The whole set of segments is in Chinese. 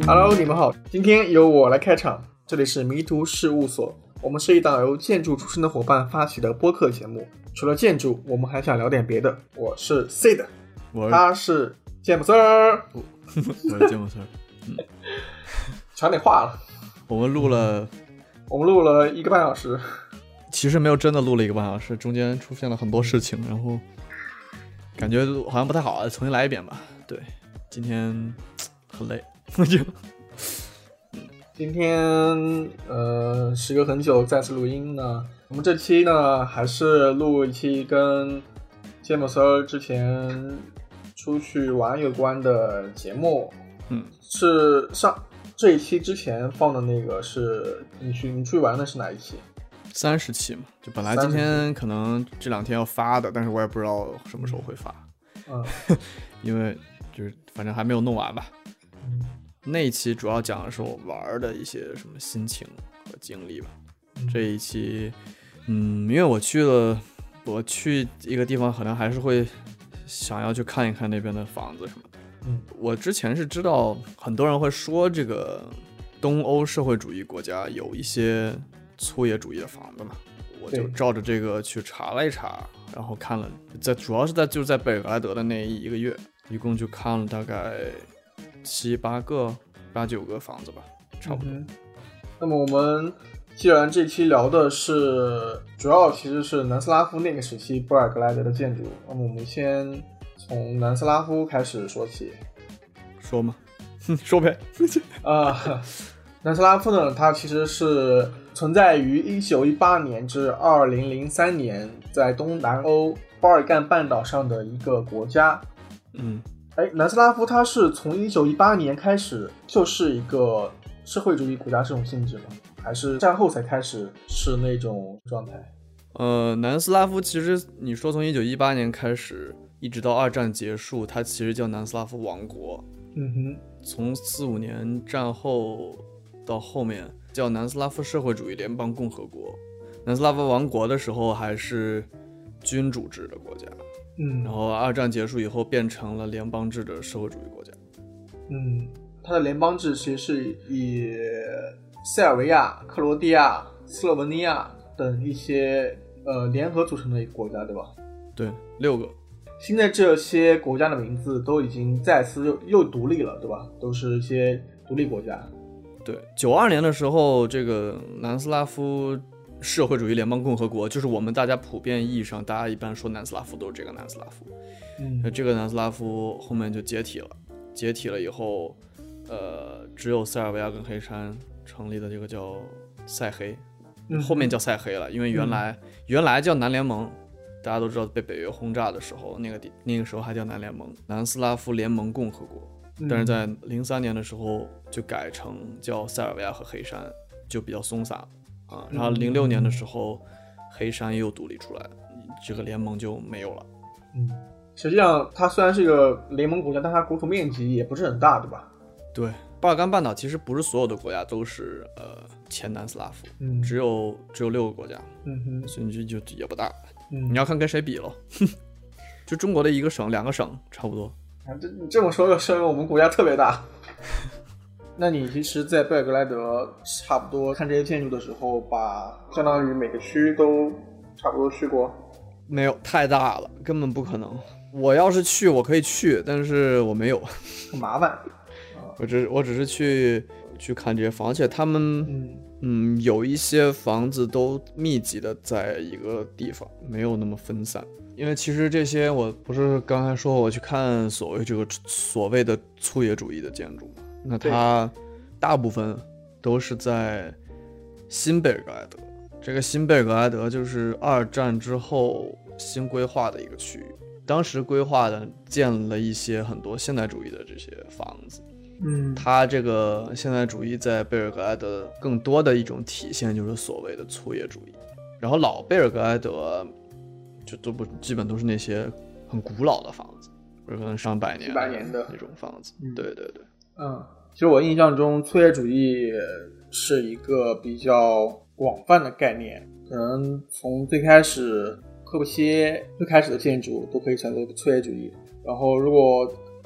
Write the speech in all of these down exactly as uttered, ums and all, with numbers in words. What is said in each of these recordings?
Hello， 你们好，今天由我来开场，这里是迷途事务所，我们是一档由建筑出身的伙伴发起的播客节目。除了建筑，我们还想聊点别的。我是 Sid， 我他是詹姆斯儿， 我我是詹姆斯儿，嗯， 抢点话了。 我们录了， 我们录了一个半小时， 其实没有真的录了一个半小时，中间出现了很多事情，然后感觉好像不太好，重新来一遍吧。对，今天很累，我觉得。 今天呃时隔很久再次录音呢，我们这期呢还是录一期跟詹姆斯儿之前出去玩有关的节目。 嗯， 是上这一期之前放的那个是你去你出去玩的是哪一期？ 三十期嘛，就本来今天可能这两天要发的，但是我也不知道什么时候会发。 嗯， 因为就是反正还没有弄完吧。 嗯， 那一期主要讲的是我玩的一些什么心情和经历吧。 嗯、 这一期，嗯，因为我去了，我去一个地方，可能还是会想要去看一看那边的房子什么的。 嗯， 我之前是知道很多人会说这个东欧社会主义国家有一些粗野主义的房子嘛，我就照着这个去查了一查，然后看了，在主要是在就是在贝尔格莱德的那一个月，一共就看了大概七八个、八九个房子吧，差不多。 嗯、那么我们既然这期聊的是主要其实是南斯拉夫那个时期贝尔格莱德的建筑，那么我们先从南斯拉夫开始说起。 说吗？说呗。 啊、呃，南斯拉夫呢，它其实是存在于一九一八年至二零零三年，在东南欧巴尔干半岛上的一个国家。 嗯， 哎，南斯拉夫它是从一九一八年开始就是一个社会主义国家这种性质吗？还是战后才开始是那种状态？ 呃，南斯拉夫其实你说从一九一八年开始一直到二战结束，它其实叫南斯拉夫王国。 嗯哼， 从四五年战后到后面叫南斯拉夫社会主义联邦共和国。南斯拉夫王国的时候还是君主制的国家， 嗯， 然后二战结束以后变成了联邦制的社会主义国家。 嗯，它的联邦制其实是以塞尔维亚、克罗地亚、斯洛文尼亚等一些呃联合组成的一个国家，对吧？ 对，六个。 现在这些国家的名字都已经再次 又, 又独立了，对吧？都是一些独立国家。 对，九二年的时候，这个南斯拉夫社会主义联邦共和国，就是我们大家普遍意义上，大家一般说南斯拉夫都是这个南斯拉夫。 嗯， 这个南斯拉夫后面就解体了，解体了以后，呃，只有塞尔维亚跟黑山成立的这个叫塞黑， 嗯、 后面叫塞黑了，因为原来、嗯、原来叫南联盟。大家都知道被北约轰炸的时候，那个那个时候还叫南联盟，南斯拉夫联盟共和国。但是在零三年的时候就改成叫塞尔维亚和黑山，就比较松散啊。然后零六年的时候，黑山又独立出来，这个联盟就没有了。 嗯，实际上它虽然是一个联盟国家，但它国土面积也不是很大，对吧？ 对，巴尔干半岛其实不是所有的国家都是呃前南斯拉夫， 嗯， 只有只有六个国家， 嗯哼， 所以就就也不大。 嗯， 你要看跟谁比了，就中国的一个省、两个省差不多。 啊，这你这么说就说明我们国家特别大。那你其实，在贝尔格莱德差不多看这些建筑的时候，把相当于每个区都差不多去过？ 没有，太大了，根本不可能。我要是去，我可以去，但是我没有， 很麻烦。 我只我只是去去看这些房，而且他们嗯。嗯，有一些房子都密集的在一个地方，没有那么分散。因为其实这些我不是刚才说我去看所谓这个所谓的粗野主义的建筑嘛，那它大部分都是在新贝尔格莱德。这个新贝尔格莱德就是二战之后新规划的一个区域，当时规划的建了一些很多现代主义的这些房子。 嗯， 它这个现代主义在贝尔格莱德更多的一种体现就是所谓的粗野主义，然后老贝尔格莱德就都不基本都是那些很古老的房子，或者可能上百年、 百年的那种房子。 嗯、 对对对， 嗯，其实我印象中粗野主义是一个比较广泛的概念，可能从最开始科布西耶最开始的建筑都可以算作粗野主义，然后如果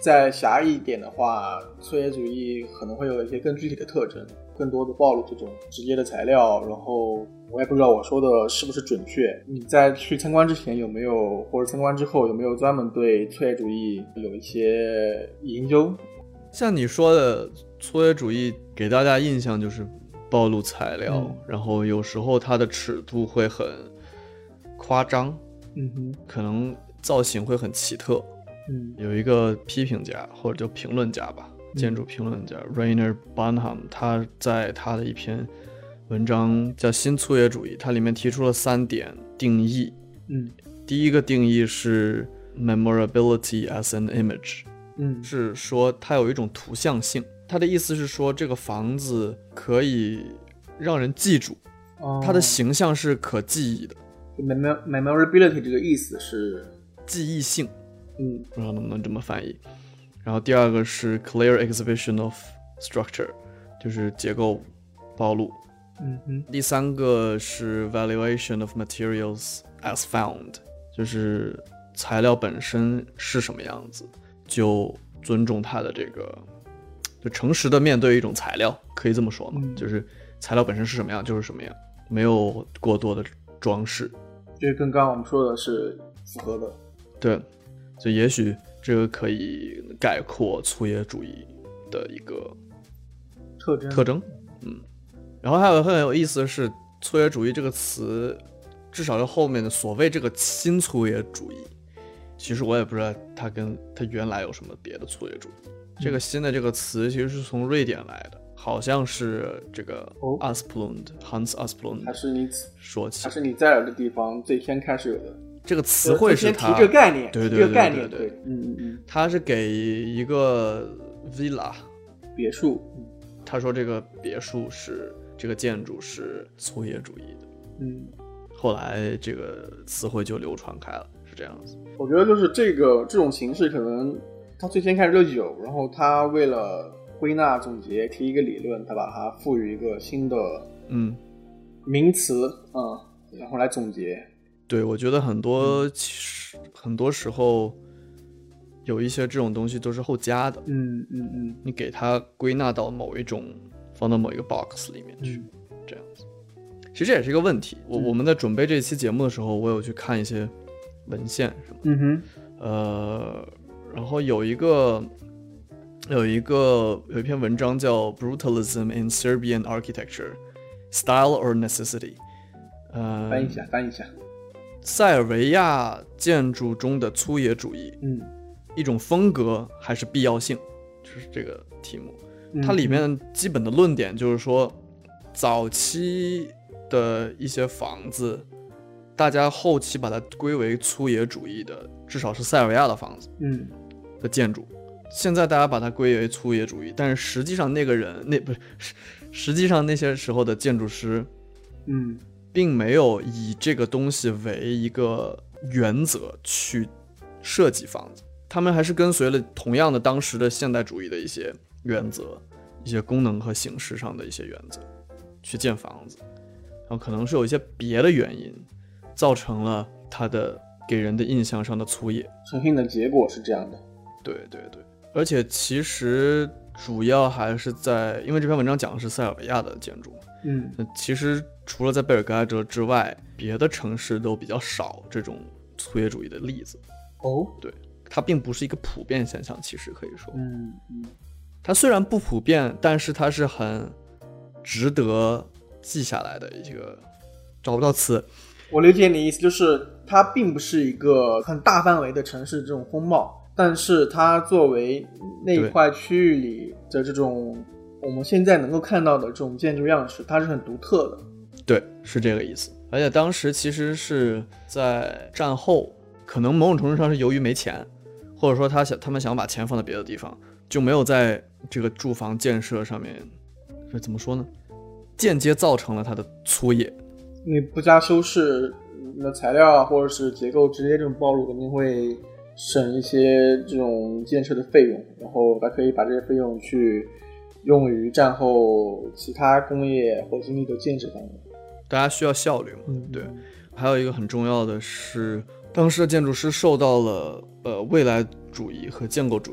再狭义一点的话，粗野主义可能会有一些更具体的特征，更多的暴露这种直接的材料。然后我也不知道我说的是不是准确，你在去参观之前有没有，或者参观之后有没有专门对粗野主义有一些研究？ 像你说的，粗野主义给大家印象就是暴露材料、嗯、然后有时候它的尺度会很夸张， 嗯哼， 可能造型会很奇特。 嗯， 有一个批评家或者叫评论家吧，建筑评论家 Rainer Bonham， 他在他的一篇文章叫《新粗野主义》，它里面提出了三点定义。 嗯， 第一个定义是 memorability as an image， 嗯， 是说它有一种图像性。他的意思是说，这个房子可以让人记住， 哦、 它的形象是可记忆的。 memorability 这个意思是记忆性。 嗯， 不知道能不能这么翻译。然后第二个是 clear exhibition of structure， 就是结构暴露。 嗯哼。 第三个是 valuation of materials as found， 就是材料本身是什么样子，就尊重它的这个，就诚实的面对一种材料，可以这么说吗？ 嗯、 就是材料本身是什么样就是什么样，没有过多的装饰。 这跟刚刚我们说的是符合的。 对。所以也许这个可以概括粗野主义的一个特征。 特征，嗯。然后还有很有意思的是，粗野主义这个词，至少是后面的所谓这个新粗野主义，其实我也不知道它跟它原来有什么别的粗野主义。嗯、这个新的这个词其实是从瑞典来的，好像是这个 Asplund、哦、Hans Asplund 还是你说起， 还是你在的地方最先开始有的。 这个词汇是他提这个概念， 对对对对对， 这个概念，对，嗯嗯嗯， 他是给一个 villa 别墅， 他说这个别墅是这个建筑是粗野主义的， 嗯， 后来这个词汇就流传开了，是这样子。 我觉得就是这个这种形式，可能他最先开始就有，然后他为了归纳总结提一个理论，他把它赋予一个新的嗯名词啊、嗯，然后来总结。 对，我觉得很多其实很多时候有一些这种东西都是后加的， 嗯嗯嗯， 你给它归纳到某一种，放到某一个 box 里面去， 嗯、 这样子。其实这也是一个问题。我、嗯、我们在准备这期节目的时候，我有去看一些文献什么， 嗯哼， 呃，然后有一个有一个有一篇文章叫 Brutalism in Serbian Architecture, Style or Necessity， 呃， 翻译一下，翻译一下。 塞尔维亚建筑中的粗野主义， 嗯， 一种风格还是必要性，就是这个题目。 嗯、 它里面基本的论点就是说，早期的一些房子，大家后期把它归为粗野主义的，至少是塞尔维亚的房子， 嗯， 的建筑。现在大家把它归为粗野主义，但是实际上那个人，那不是，实际上那些时候的建筑师， 嗯。 并没有以这个东西为一个原则去设计房子，他们还是跟随了同样的当时的现代主义的一些原则，一些功能和形式上的一些原则去建房子，然后可能是有一些别的原因造成了它的给人的印象上的粗野， 呈现的结果是这样的。 对对对，而且其实主要还是在，因为这篇文章讲的是塞尔维亚的建筑， 嗯， 其实除了在贝尔格莱德之外，别的城市都比较少这种粗野主义的例子。 哦， 对，它并不是一个普遍现象，其实可以说， 嗯嗯， 它虽然不普遍，但是它是很值得记下来的一个，找不到词。 我理解你的意思，就是它并不是一个很大范围的城市这种风貌，但是它作为那一块区域里的这种我们现在能够看到的这种建筑样式，它是很独特的。 对，是这个意思。而且当时其实是在战后，可能某种程度上是由于没钱，或者说他想他们想把钱放在别的地方，就没有在这个住房建设上面，是怎么说呢？间接造成了它的粗野。 你不加修饰，你的材料啊或者是结构直接这种暴露，肯定会省一些这种建设的费用，然后它可以把这些费用去用于战后其他工业或经济的建设方面。 大家需要效率嘛？ 嗯， 对。还有一个很重要的是，当时的建筑师受到了呃未来主义和建构主义的影响。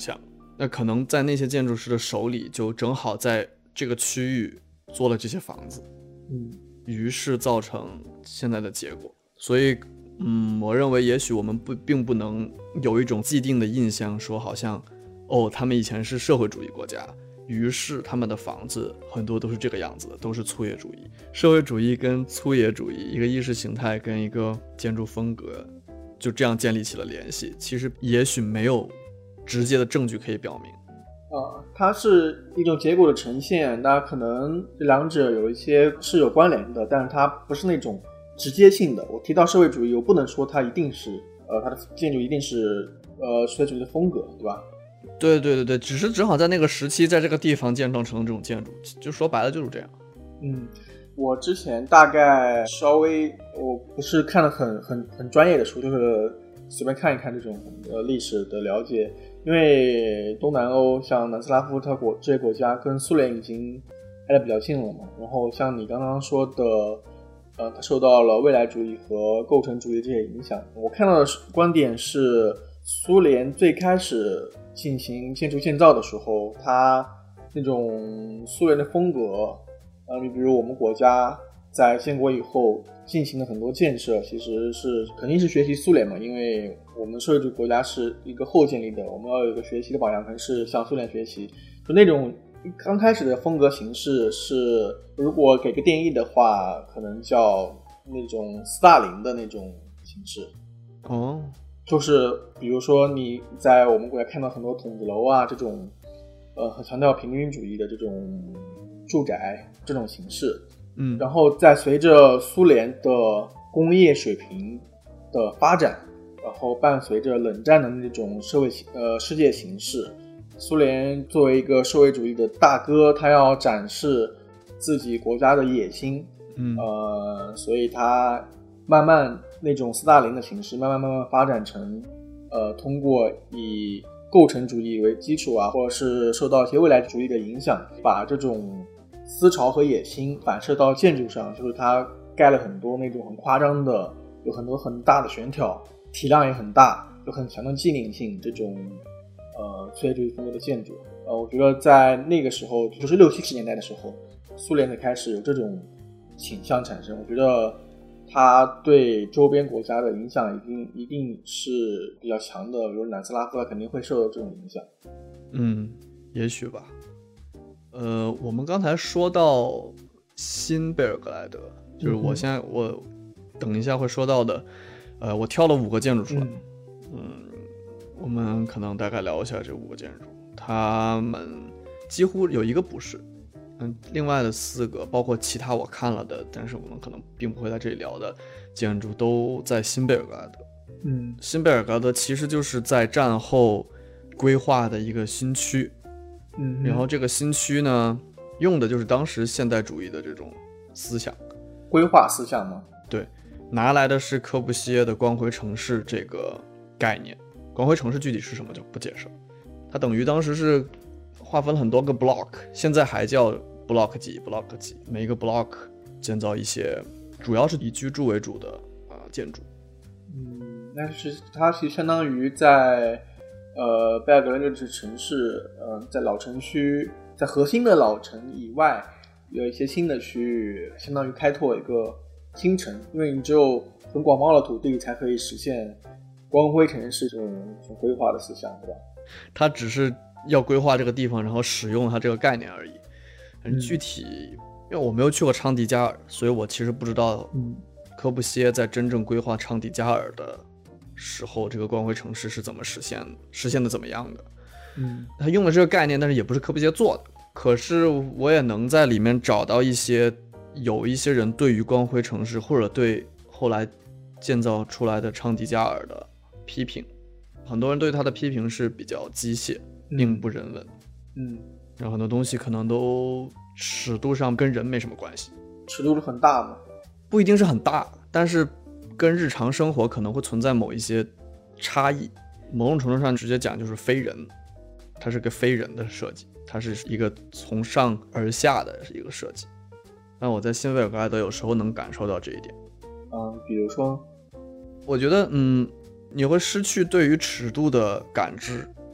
向。那可能在那些建筑师的手里，就正好在这个区域做了这些房子， 嗯， 于是造成现在的结果。所以，嗯，我认为也许我们不并不能有一种既定的印象，说好像，哦，他们以前是社会主义国家，于是他们的房子很多都是这个样子的，都是粗野主义。社会主义跟粗野主义，一个意识形态跟一个建筑风格，就这样建立起了联系。其实也许没有直接的证据可以表明。 呃，它是一种结果的呈现，那可能这两者有一些是有关联的，但是它不是那种直接性的。我提到社会主义，我不能说它一定是，呃，它的建筑一定是呃社会主义的风格，对吧？ 对对对对，只是正好在那个时期，在这个地方建造成了这种建筑，就说白了就是这样。 嗯，我之前大概稍微，我不是看了很很很专业的书，就是随便看一看这种呃历史的了解。因为东南欧像南斯拉夫特国这些国家跟苏联已经挨得比较近了嘛，然后像你刚刚说的，呃，它受到了未来主义和构成主义这些影响。我看到的观点是，苏联最开始进行建筑建造的时候，它那种苏联的风格，呃，你比如我们国家在建国以后进行的很多建设，其实是肯定是学习苏联嘛，因为我们社会主义国家是一个后建立的，我们要有一个学习的榜样，可能是向苏联学习。就那种刚开始的风格形式是，如果给个定义的话，可能叫那种斯大林的那种形式。 哦， 就是比如说你在我们国家看到很多筒子楼啊这种，呃，很强调平均主义的这种住宅这种形式。 嗯， 然后在随着苏联的工业水平的发展，然后伴随着冷战的那种社会呃世界形势，苏联作为一个社会主义的大哥，他要展示自己国家的野心， 嗯， 呃，所以他慢慢那种斯大林的形式，慢慢慢慢发展成，呃，通过以构成主义为基础啊，或者是受到一些未来主义的影响，把这种思潮和野心反射到建筑上，就是他盖了很多那种很夸张的，有很多很大的悬挑，体量也很大，有很强的纪念性，这种呃社会主义风格的建筑。呃，我觉得在那个时候，就是六七十年代的时候，苏联的开始有这种倾向产生。我觉得它对周边国家的影响一定一定是比较强的，比如南斯拉夫肯定会受到这种影响。 嗯，也许吧。呃，我们刚才说到新贝尔格莱德，就是我现在、嗯、我等一下会说到的，呃，我挑了五个建筑出来，嗯，嗯我们可能大概聊一下这五个建筑，他们几乎有一个不是，嗯，另外的四个，包括其他我看了的，但是我们可能并不会在这里聊的建筑，都在新贝尔格莱德。 嗯， 新贝尔格莱德其实就是在战后规划的一个新区。 嗯， 然后这个新区呢，用的就是当时现代主义的这种思想， 规划思想吗？ 对，拿来的是柯布西耶的光辉城市这个概念。光辉城市具体是什么就不解释了，它等于当时是划分了很多个 block， 现在还叫 block 几 block 几，每一个 block 建造一些主要是以居住为主的、呃、建筑。 嗯，那是它其实相当于在呃，贝尔格莱德这城市，呃，在老城区，在核心的老城以外，有一些新的区域，相当于开拓一个新城，因为你只有很广袤的土地，才可以实现光辉城市这种规划的思想，对吧？ 它只是要规划这个地方，然后使用它这个概念而已。很具体、嗯，因为我没有去过昌迪加尔，所以我其实不知道柯布西耶在真正规划昌迪加尔的时候，这个光辉城市是怎么实现的，实现的怎么样的。 嗯， 他用了这个概念，但是也不是柯布西耶做的。可是我也能在里面找到一些有一些人对于光辉城市或者对后来建造出来的昌迪加尔的批评。很多人对他的批评是比较机械，并不人文。 嗯， 然后很多东西可能都尺度上跟人没什么关系。 尺度是很大吗？ 不一定是很大，但是跟日常生活可能会存在某一些差异。某种程度上直接讲就是非人，它是个非人的设计，它是一个从上而下的一个设计。那我在新贝尔格莱德有时候能感受到这一点。 嗯，比如说， 我觉得，嗯，你会失去对于尺度的感知。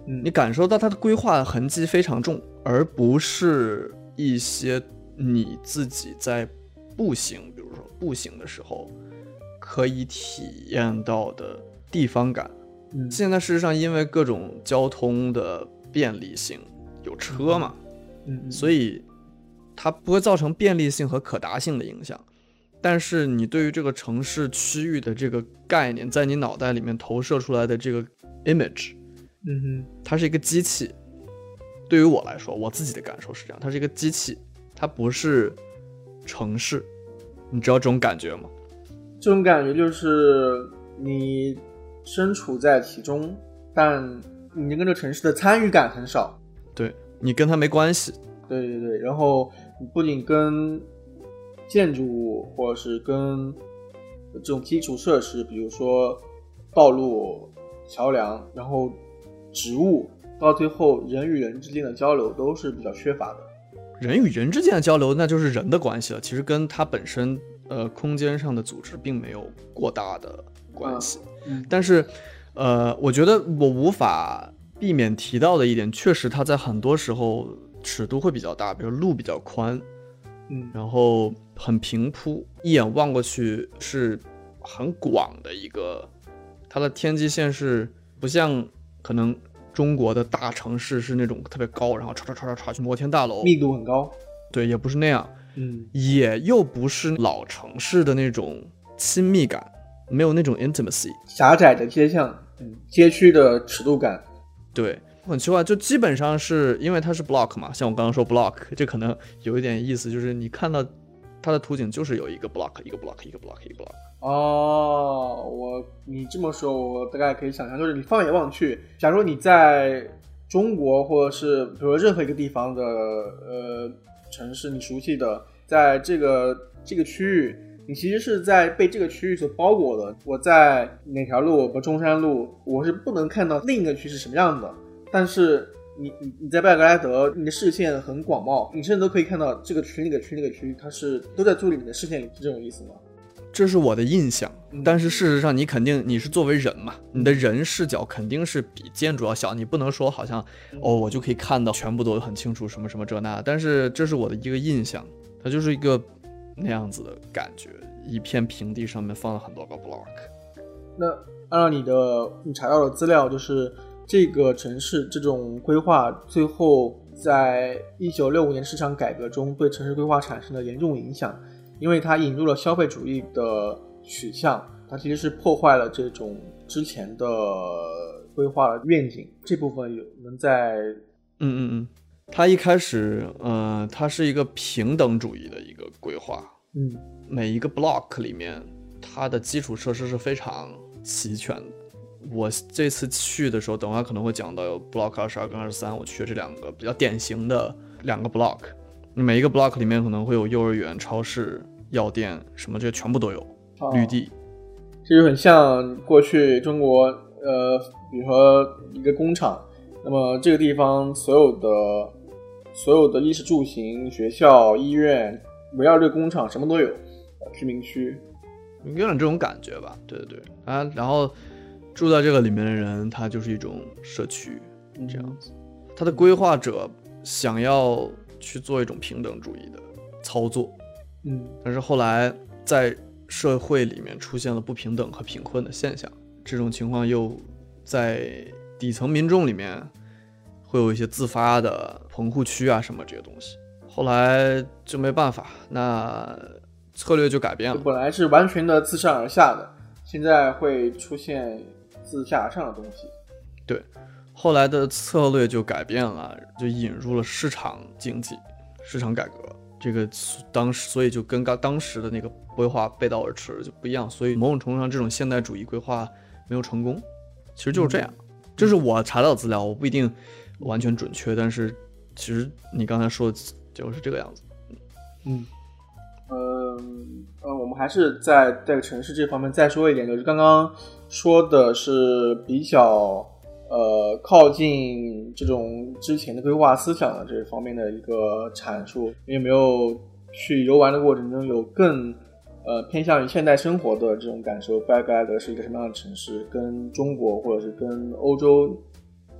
嗯， 你感受到它的规划痕迹非常重，而不是一些你自己在步行，比如说步行的时候可以体验到的地方感。 嗯， 现在事实上因为各种交通的便利性，有车嘛， 嗯，嗯， 所以它不会造成便利性和可达性的影响。但是你对于这个城市区域的这个概念，在你脑袋里面投射出来的这个 image， 嗯哼， 它是一个机器。对于我来说，我自己的感受是这样，它是一个机器，它不是城市。你知道这种感觉吗？ 这种感觉就是你身处在其中，但你跟这个城市的参与感很少。 对，你跟它没关系。 对对对，然后你不仅跟建筑物或者是跟这种基础设施，比如说道路、桥梁，然后植物，到最后人与人之间的交流都是比较缺乏的。 人与人之间的交流，那就是人的关系了，其实跟它本身呃空间上的组织并没有过大的关系。 嗯， 但是呃，我觉得我无法避免提到的一点，确实它在很多时候尺度会比较大，比如路比较宽， 嗯， 然后很平铺，一眼望过去是很广的一个，它的天际线是不像可能中国的大城市是那种特别高，然后唰唰唰唰唰去摩天大楼， 密度很高。 对，也不是那样， 嗯， 也又不是老城市的那种亲密感，没有那种 intimacy， 狭窄的街巷，嗯，街区的尺度感。 对，很奇怪，就基本上是因为它是 block 嘛，像我刚刚说 block， 这可能有一点意思，就是你看到它的图景就是有一个 block 一个 block 一个 block 一个 block。 哦，我你这么说，我大概可以想象，就是你放眼望去，假如你在中国或者是比如说任何一个地方的呃城市，你熟悉的，在这个这个区域，你其实是在被这个区域所包裹的。我在哪条路，比如中山路，我是不能看到另一个区是什么样的，但是你你你在拜格莱德，你的视线很广袤，你甚至都可以看到这个区那个区那个区，它是都在注意你的视线里，是这种意思吗？ 这是我的印象，但是事实上你肯定你是作为人嘛，你的人视角肯定是比建筑要小，你不能说好像哦我就可以看到全部都很清楚什么什么这那，但是这是我的一个印象，它就是一个那样子的感觉，一片平地上面放了很多个 block。 那按照你的你查到的资料，就是这个城市这种规划最后在一九六五年市场改革中对城市规划产生了严重影响，因为它引入了消费主义的取向，它其实是破坏了这种之前的规划的愿景。这部分有能在嗯嗯嗯，它一开始呃，它是一个平等主义的一个规划， 嗯， 每一个 block 里面它的基础设施是非常齐全的。我这次去的时候，等会儿可能会讲到有 block 二十二跟二十三，我去了这两个比较典型的两个 block， 每一个 block 里面可能会有幼儿园、超市、药店什么这些全部都有， 哦， 绿地。 这就很像过去中国呃，比如说一个工厂，那么这个地方所有的所有的衣食住行、学校、医院，围绕这个工厂什么都有，居民区有点这种感觉吧。对对对啊，然后住在这个里面的人，他就是一种社区这样子。他的规划者想要去做一种平等主义的操作， 嗯， 但是后来在社会里面出现了不平等和贫困的现象，这种情况又在底层民众里面会有一些自发的棚户区啊什么这些东西，后来就没办法，那策略就改变了。 本来是完全的自上而下的，现在会出现自下而上的东西。 对，后来的策略就改变了，就引入了市场经济、市场改革。这个当时，所以就跟当时的那个规划背道而驰就不一样。所以某种程度上，这种现代主义规划没有成功，其实就是这样。嗯、这是我查到的资料，我不一定完全准确，但是其实你刚才说的就是这个样子。 嗯，呃，呃，我们还是在这个城市这方面再说一点，就是刚刚说的是比较呃靠近这种之前的规划思想的这方面的一个阐述。你有没有去游玩的过程中有更呃偏向于现代生活的这种感受？拜格莱德是一个什么样的城市？跟中国或者是跟欧洲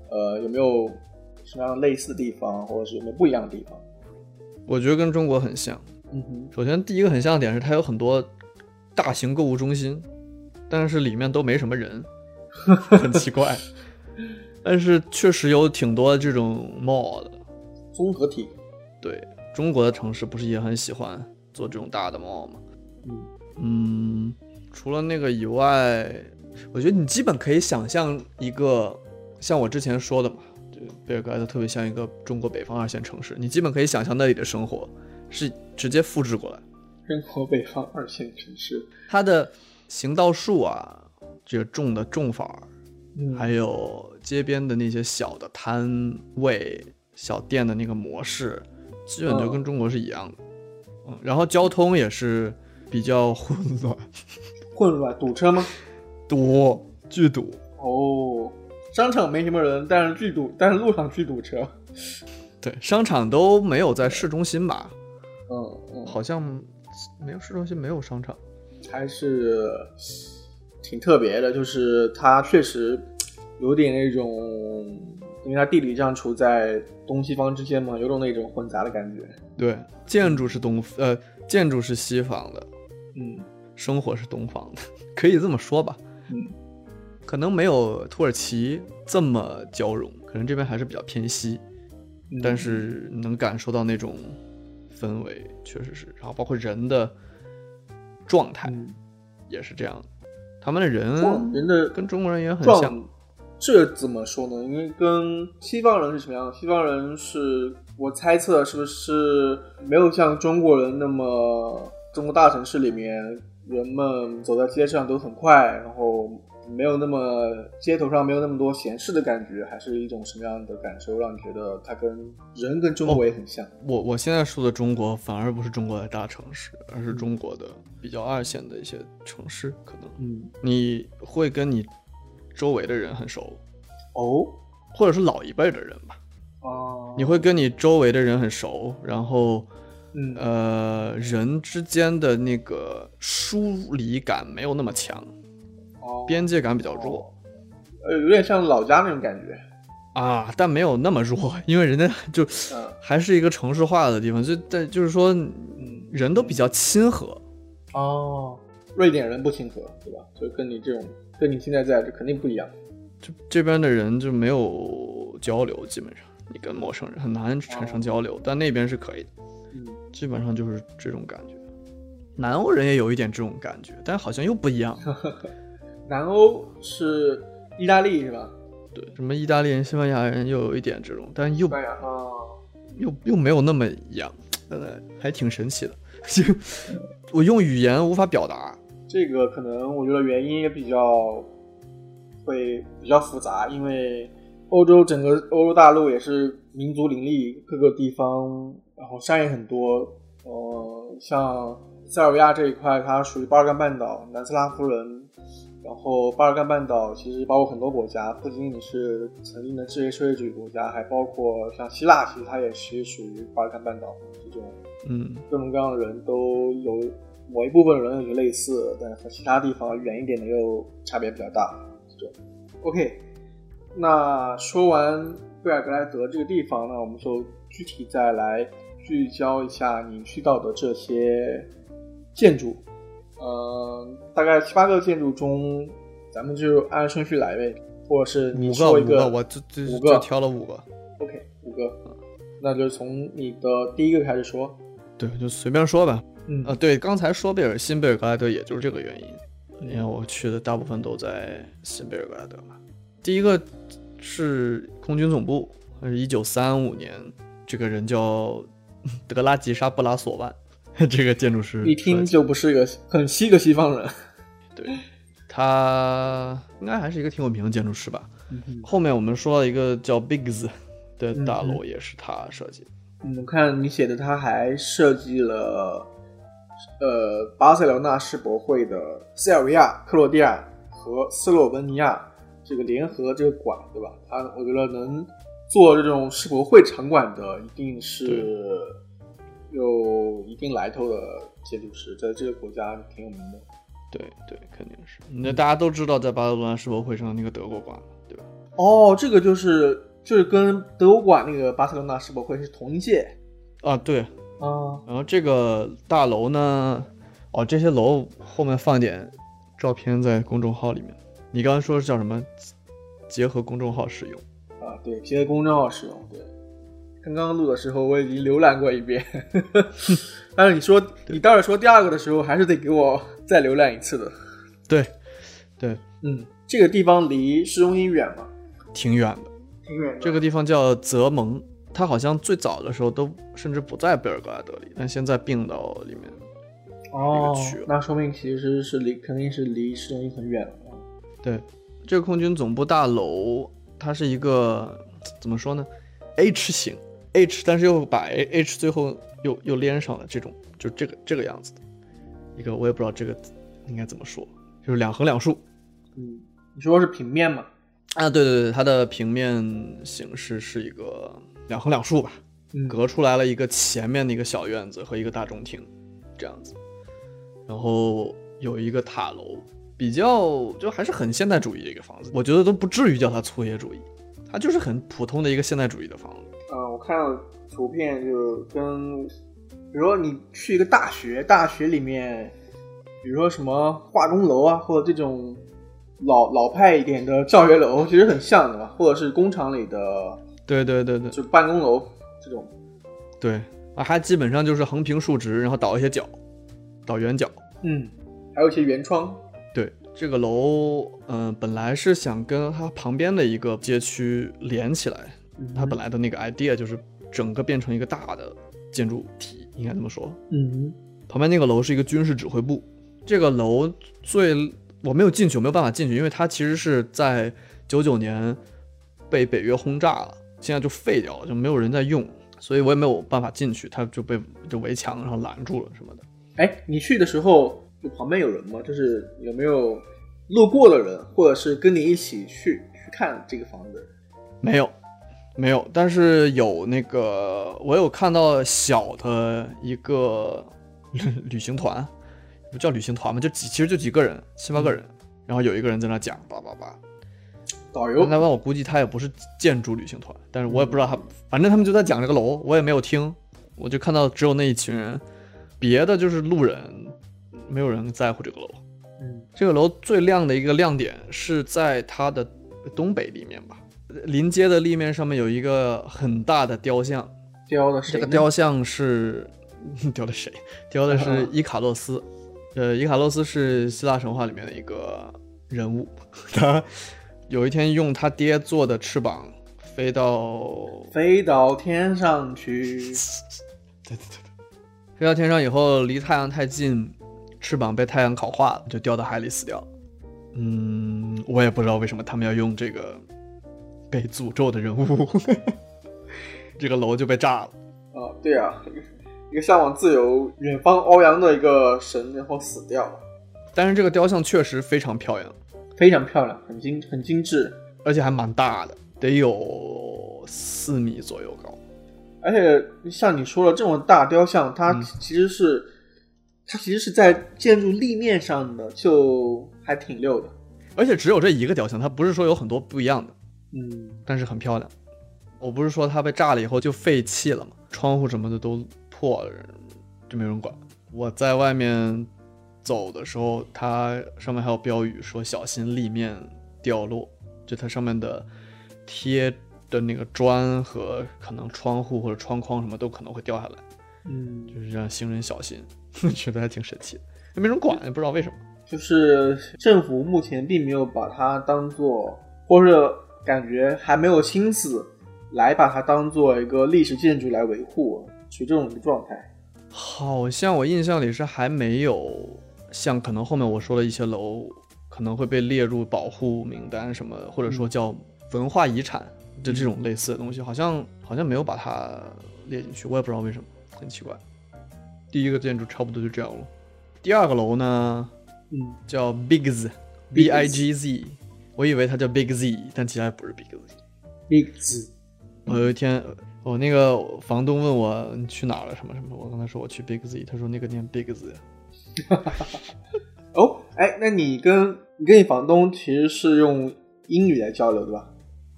呃，有没有什么样类似的地方，或者是有没有不一样的地方？ 我觉得跟中国很像。 嗯哼， 首先第一个很像的点是它有很多大型购物中心，但是里面都没什么人，很奇怪。但是确实有挺多这种 mall 的综合体。 对，中国的城市不是也很喜欢做这种大的 mall 吗？ 嗯嗯，除了那个以外，我觉得你基本可以想象一个像我之前说的嘛，就贝尔格莱德特别像一个中国北方二线城市，你基本可以想象那里的生活是直接复制过来。 中国北方二线城市， 它的行道树啊，这个种的种法， 嗯， 还有街边的那些小的摊位、小店的那个模式，基本就跟中国是一样的。嗯，然后交通也是比较混乱。 混乱，堵车吗？ 堵，巨堵。 哦，商场没什么人，但是巨堵，但是路上巨堵车。 对，商场都没有在市中心吧？ 嗯嗯， 好像没有市中心，没有商场， 还是挺特别的。就是它确实有点那种，因为它地理上处在东西方之间嘛，有种那种混杂的感觉。 对，建筑是东呃，建筑是西方的， 嗯， 生活是东方的，可以这么说吧。 嗯， 可能没有土耳其这么交融，可能这边还是比较偏西， 嗯、 但是能感受到那种氛围，确实是。然后包括人的状态也是这样的，嗯、他们的人人的跟中国人也很像。 这怎么说呢？因为跟西方人是什么样？西方人是我猜测是不是没有像中国人那么，中国大城市里面人们走在街上都很快，然后没有那么街头上没有那么多闲适的感觉，还是一种什么样的感受让你觉得它跟人跟中国也很像？哦、 我我现在说的中国反而不是中国的大城市，而是中国的比较二线的一些城市，可能嗯， 你会跟你周围的人很熟哦， 或者是老一辈的人吧。 哦， 你会跟你周围的人很熟，然后， 嗯， 呃，人之间的那个疏离感没有那么强， 哦， 边界感比较弱， 呃，有点像老家那种感觉啊，但没有那么弱，因为人家就还是一个城市化的地方，就但就是说，人都比较亲和。 哦，瑞典人不亲和，对吧？就跟你这种。跟你现在在这肯定不一样， 就这边的人就没有交流，基本上你跟陌生人很难产生交流，哦、但那边是可以的， 嗯， 基本上就是这种感觉。南欧人也有一点这种感觉，但好像又不一样。 南欧是意大利是吧？ 对，什么意大利人、西班牙人又有一点这种，但又西班牙啊， 又又没有那么一样，呃，还挺神奇的，就我用语言无法表达。 这个可能我觉得原因也比较会比较复杂，因为欧洲整个欧洲大陆也是民族林立，各个地方然后山也很多，呃，像塞尔维亚这一块它属于巴尔干半岛，南斯拉夫人，然后巴尔干半岛其实包括很多国家，不仅仅是曾经的制约社会主义国家，还包括像希腊，其实它也是属于巴尔干半岛这种， 嗯， 各种各样的人都有。某一部分人有些类似，但和其他地方远一点的又差别比较大。这种 OK， 那说完贝尔格莱德这个地方呢，我们就具体再来聚焦一下你去到的这些建筑。呃，大概七八个建筑中，咱们就按顺序来呗，或者是你说一个， 五个，五个我就就五个就挑了五个。 OK， 五个，那就从你的第一个开始说。 对，就随便说吧。 嗯啊，对，刚才说贝尔新贝尔格莱德，也就是这个原因，因为我去的大部分都在新贝尔格莱德嘛。第一个是空军总部，是一九三五年，这个人叫德拉吉沙布拉索万，这个建筑师一听就不是一个很西个西方人。 对，他应该还是一个挺有名的建筑师吧。 嗯、 后面我们说了一个叫 Biggs 的大楼，也是他设计的。 嗯，我看你写的，他还设计了。呃，巴塞罗那世博会的塞尔维亚、克罗地亚和斯洛文尼亚这个联合这个馆，对吧？他我觉得能做这种世博会场馆的，一定是有一定来头的建筑师，在这个国家挺有名的。 对对，肯定是。那大家都知道，在巴塞罗那世博会上那个德国馆，对吧？ 哦，这个就是就是跟德国馆那个巴塞罗那世博会是同一届啊，对啊。 然后这个大楼呢，哦，这些楼后面放一点照片在公众号里面。你刚刚说是叫什么？结合公众号使用啊？对，结合公众号使用。对，刚刚录的时候我已经浏览过一遍，但是你说你待会儿说第二个的时候，还是得给我再浏览一次的。 对，对， 嗯，这个地方离市中心远吗？ 挺远的， 挺远的。 这个地方叫泽蒙，它好像最早的时候都甚至不在贝尔格拉德里，但现在并到里面。 哦，那说明其实是离肯定是离市中心很远了。 对，这个空军总部大楼，它是一个怎么说呢 ？H 型 ，H， 但是又把 H 最后又又连上了，这种就这个这个样子的一个，我也不知道这个应该怎么说，就是两横两竖。 嗯，你说是平面吗？ 啊，对对对，它的平面形式是一个两横两竖吧， 嗯、 隔出来了一个前面的一个小院子和一个大中庭，这样子，然后有一个塔楼，比较就还是很现代主义的一个房子，我觉得都不至于叫它粗野主义，它就是很普通的一个现代主义的房子。 呃，我看到图片就跟，比如说你去一个大学，大学里面，比如说什么化工楼啊，或者这种老老派一点的教学楼，其实很像的嘛，或者是工厂里的， 对对对对， 就办公楼这种。 对啊，它基本上就是横平竖直，然后倒一些角，倒圆角， 嗯，还有一些圆窗。 对，这个楼，嗯、呃，本来是想跟它旁边的一个街区连起来，嗯、它本来的那个 idea 就是整个变成一个大的建筑体，应该这么说。 嗯， 旁边那个楼是一个军事指挥部，这个楼最我没有进去，我没有办法进去，因为它其实是在九九年被北约轰炸了，现在就废掉了，就没有人在用，所以我也没有办法进去，它就被就围墙然后拦住了什么的。 哎，你去的时候就旁边有人吗？就是有没有路过的人，或者是跟你一起去去看这个房子？ 没有，没有，但是有那个我有看到小的一个旅行团，不叫旅行团嘛，就几其实就几个人，七八个人，然后有一个人在那讲叭叭叭。 导游， 那我估计他也不是建筑旅行团，但是我也不知道他，反正他们就在讲这个楼，我也没有听，我就看到只有那一群人，别的就是路人，没有人在乎这个楼。 嗯， 这个楼最亮的一个亮点是在它的东北立面吧，临街的立面上面有一个很大的雕像， 雕的谁？ 这个雕像是雕的谁？雕的是伊卡洛斯。呃，伊卡洛斯是希腊神话里面的一个人物，他有一天用他爹做的翅膀飞到飞到天上去。 对对对，飞到天上以后离太阳太近，翅膀被太阳烤化了，就掉到海里死掉。嗯，我也不知道为什么他们要用这个被诅咒的人物，这个楼就被炸了。 啊，对啊，一个向往自由、远方翱翔的一个神，然后死掉了。 但是这个雕像确实非常漂亮， 非常漂亮，很精很精致， 而且还蛮大的，得有四米左右高。 而且像你说的这种大雕像，它其实是、嗯、它其实是在建筑立面上的，就还挺溜的。 而且只有这一个雕像，它不是说有很多不一样的， 嗯， 但是很漂亮。我不是说它被炸了以后就废弃了吗？窗户什么的都破了，就没人管。我在外面走的时候，它上面还有标语说小心立面掉落，就它上面的贴的那个砖和可能窗户或者窗框什么都可能会掉下来， 嗯， 就是让行人小心，觉得还挺神奇的，也没人管，也不知道为什么。 就是政府目前并没有把它当做，或者感觉还没有心思来把它当做一个历史建筑来维护，属于这种状态。 好像我印象里是还没有像可能后面我说的一些楼可能会被列入保护名单什么，或者说叫文化遗产的这种类似的东西，好像好像没有把它列进去，我也不知道为什么，很奇怪。第一个建筑差不多就这样了。第二个楼呢， 嗯， 叫 Big Z，B I G Z， 我以为它叫 Big Z， 但其实还不是 Big Z。Big Z。 我有一天，我那个房东问我你去哪儿了什么什么，我跟他说我去 Big Z， 他说那个念 Big Z。 哦，哎，那你跟你跟你房东其实是用英语来交流对吧？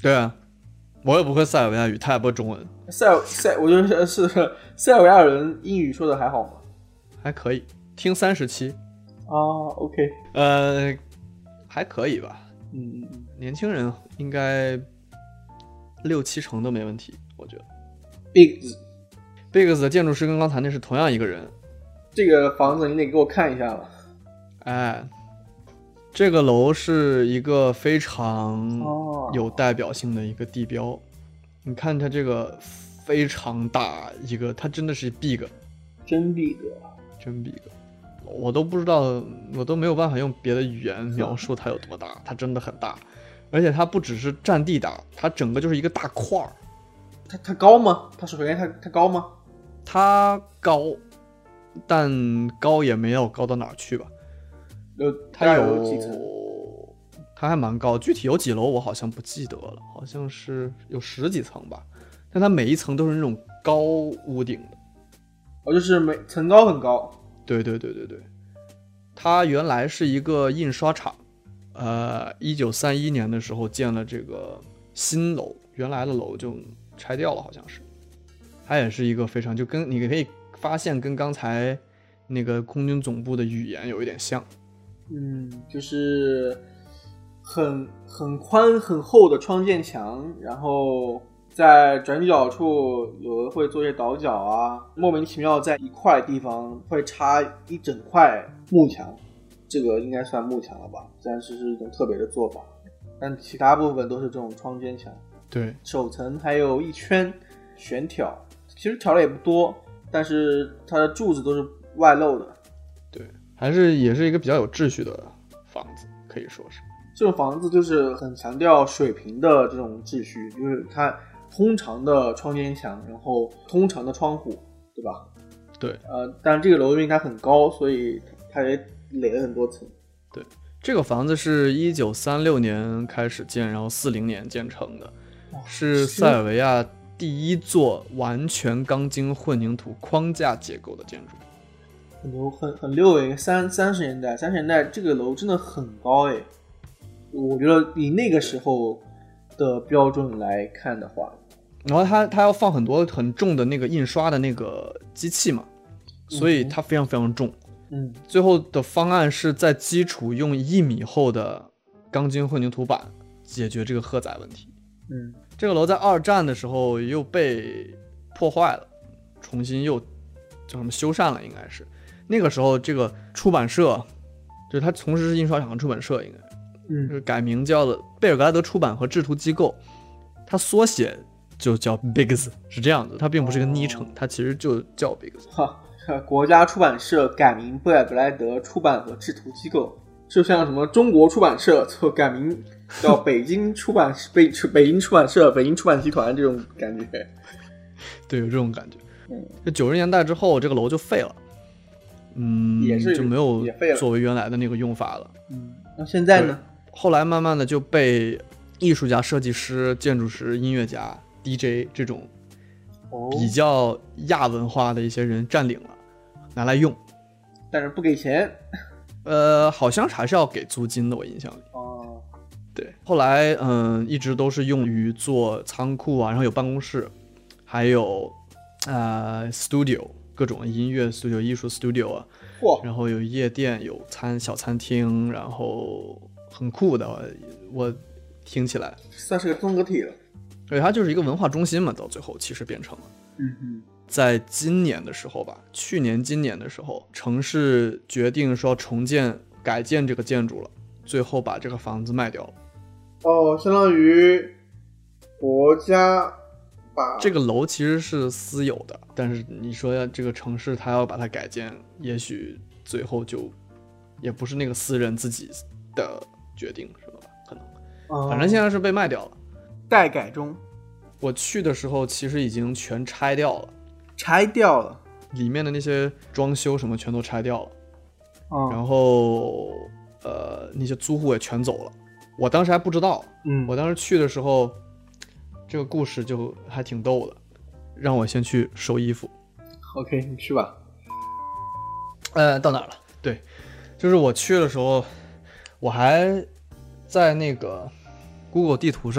对啊，我也不会塞尔维亚语，他也不会中文。 塞塞，我觉得是塞尔维亚人英语说的还好吗？ 还可以，听三十期。 啊 ，OK， 呃，还可以吧。 嗯， 年轻人应该六七成都没问题，我觉得。 Biggs Biggs 的建筑师跟刚才那是同样一个人。 这个房子你得给我看一下了。 哎，这个楼是一个非常有代表性的一个地标。哦、你看它这个非常大一个，它真的是 big， 真 big， 真 big。我都不知道，我都没有办法用别的语言描述它有多大，它真的很大，而且它不只是占地大，它整个就是一个大块儿。 它它高吗？它首先它它高吗？ 它高，但高也没有高到哪儿去吧。 有它有几层？ 它还蛮高，具体有几楼我好像不记得了，好像是有十几层吧。但它每一层都是那种高屋顶的。 哦，就是每层高很高。 对对对对对，它原来是一个印刷厂，呃，一九三一年的时候建了这个新楼，原来的楼就拆掉了，好像是。它也是一个非常，就跟你可以发现跟刚才那个空军总部的语言有一点像。 嗯，就是很很宽很厚的窗间墙，然后在转角处有的会做一些倒角啊，莫名其妙在一块地方会插一整块幕墙，这个应该算幕墙了吧，但是是一种特别的做法，但其他部分都是这种窗间墙。 对， 首层还有一圈悬挑，其实挑的也不多，但是它的柱子都是外露的。 对，还是也是一个比较有秩序的房子，可以说是。 这种房子就是很强调水平的这种秩序，就是它通常的窗间墙，然后通常的窗户，对吧？ 对， 呃，但是这个楼因为它很高，所以它也垒了很多层。 对，这个房子是一九三六年开始建，然后四零年建成的，是塞尔维亚第一座完全钢筋混凝土框架结构的建筑。 很多很很溜诶，三三十年代，三十年代这个楼真的很高诶。我觉得以那个时候的标准来看的话， 然后它它要放很多很重的那个印刷的那个机器嘛，所以它非常非常重。 嗯， 最后的方案是在基础用一米厚的钢筋混凝土板解决这个荷载问题。 嗯， 这个楼在二战的时候又被破坏了，重新又叫什么修缮了，应该是那个时候这个出版社，就是他从事是印刷厂出版社，应该。 嗯， 就是改名叫了贝尔格莱德出版和制图机构，它缩写就叫 Biggs， 是这样子，它并不是一个昵称，它其实就叫 Biggs。 哈，国家出版社改名贝尔格莱德出版和制图机构，就像什么中国出版社就改名叫北京出版北北京出版社、北京出版集团这种感觉。 对，有这种感觉。嗯，就九十年代之后，这个楼就废了，嗯， 也是就没有作为原来的那个用法了。 嗯，那现在呢？ 后来慢慢的就被艺术家、设计师、建筑师、音乐家、D J 这种比较亚文化的一些人占领了，拿来用， 但是不给钱。 呃，好像还是要给租金的，我印象里。 哦， 对，后来嗯，一直都是用于做仓库啊，然后有办公室，还有呃 studio 各种音乐 studio、艺术 studio 啊，然后有夜店、有餐小餐厅，然后。很酷的，我听起来算是个综合体了。 对，它就是一个文化中心嘛，到最后其实变成了。 嗯嗯。 在今年的时候吧，去年今年的时候，城市决定说重建、改建这个建筑了，最后把这个房子卖掉了。 哦，相当于国家把这个楼其实是私有的，但是你说这个城市它要把它改建，也许最后就也不是那个私人自己的决定是吧？可能， 哦、 反正现在是被卖掉了， 待改中。 我去的时候其实已经全拆掉了， 拆掉了， 里面的那些装修什么全都拆掉了， 哦、 然后呃那些租户也全走了。我当时还不知道， 嗯， 我当时去的时候，这个故事就还挺逗的，让我先去收衣服。 OK， 你去吧。 呃，到哪儿了？对，就是我去的时候。我还在那个 Google 地图上，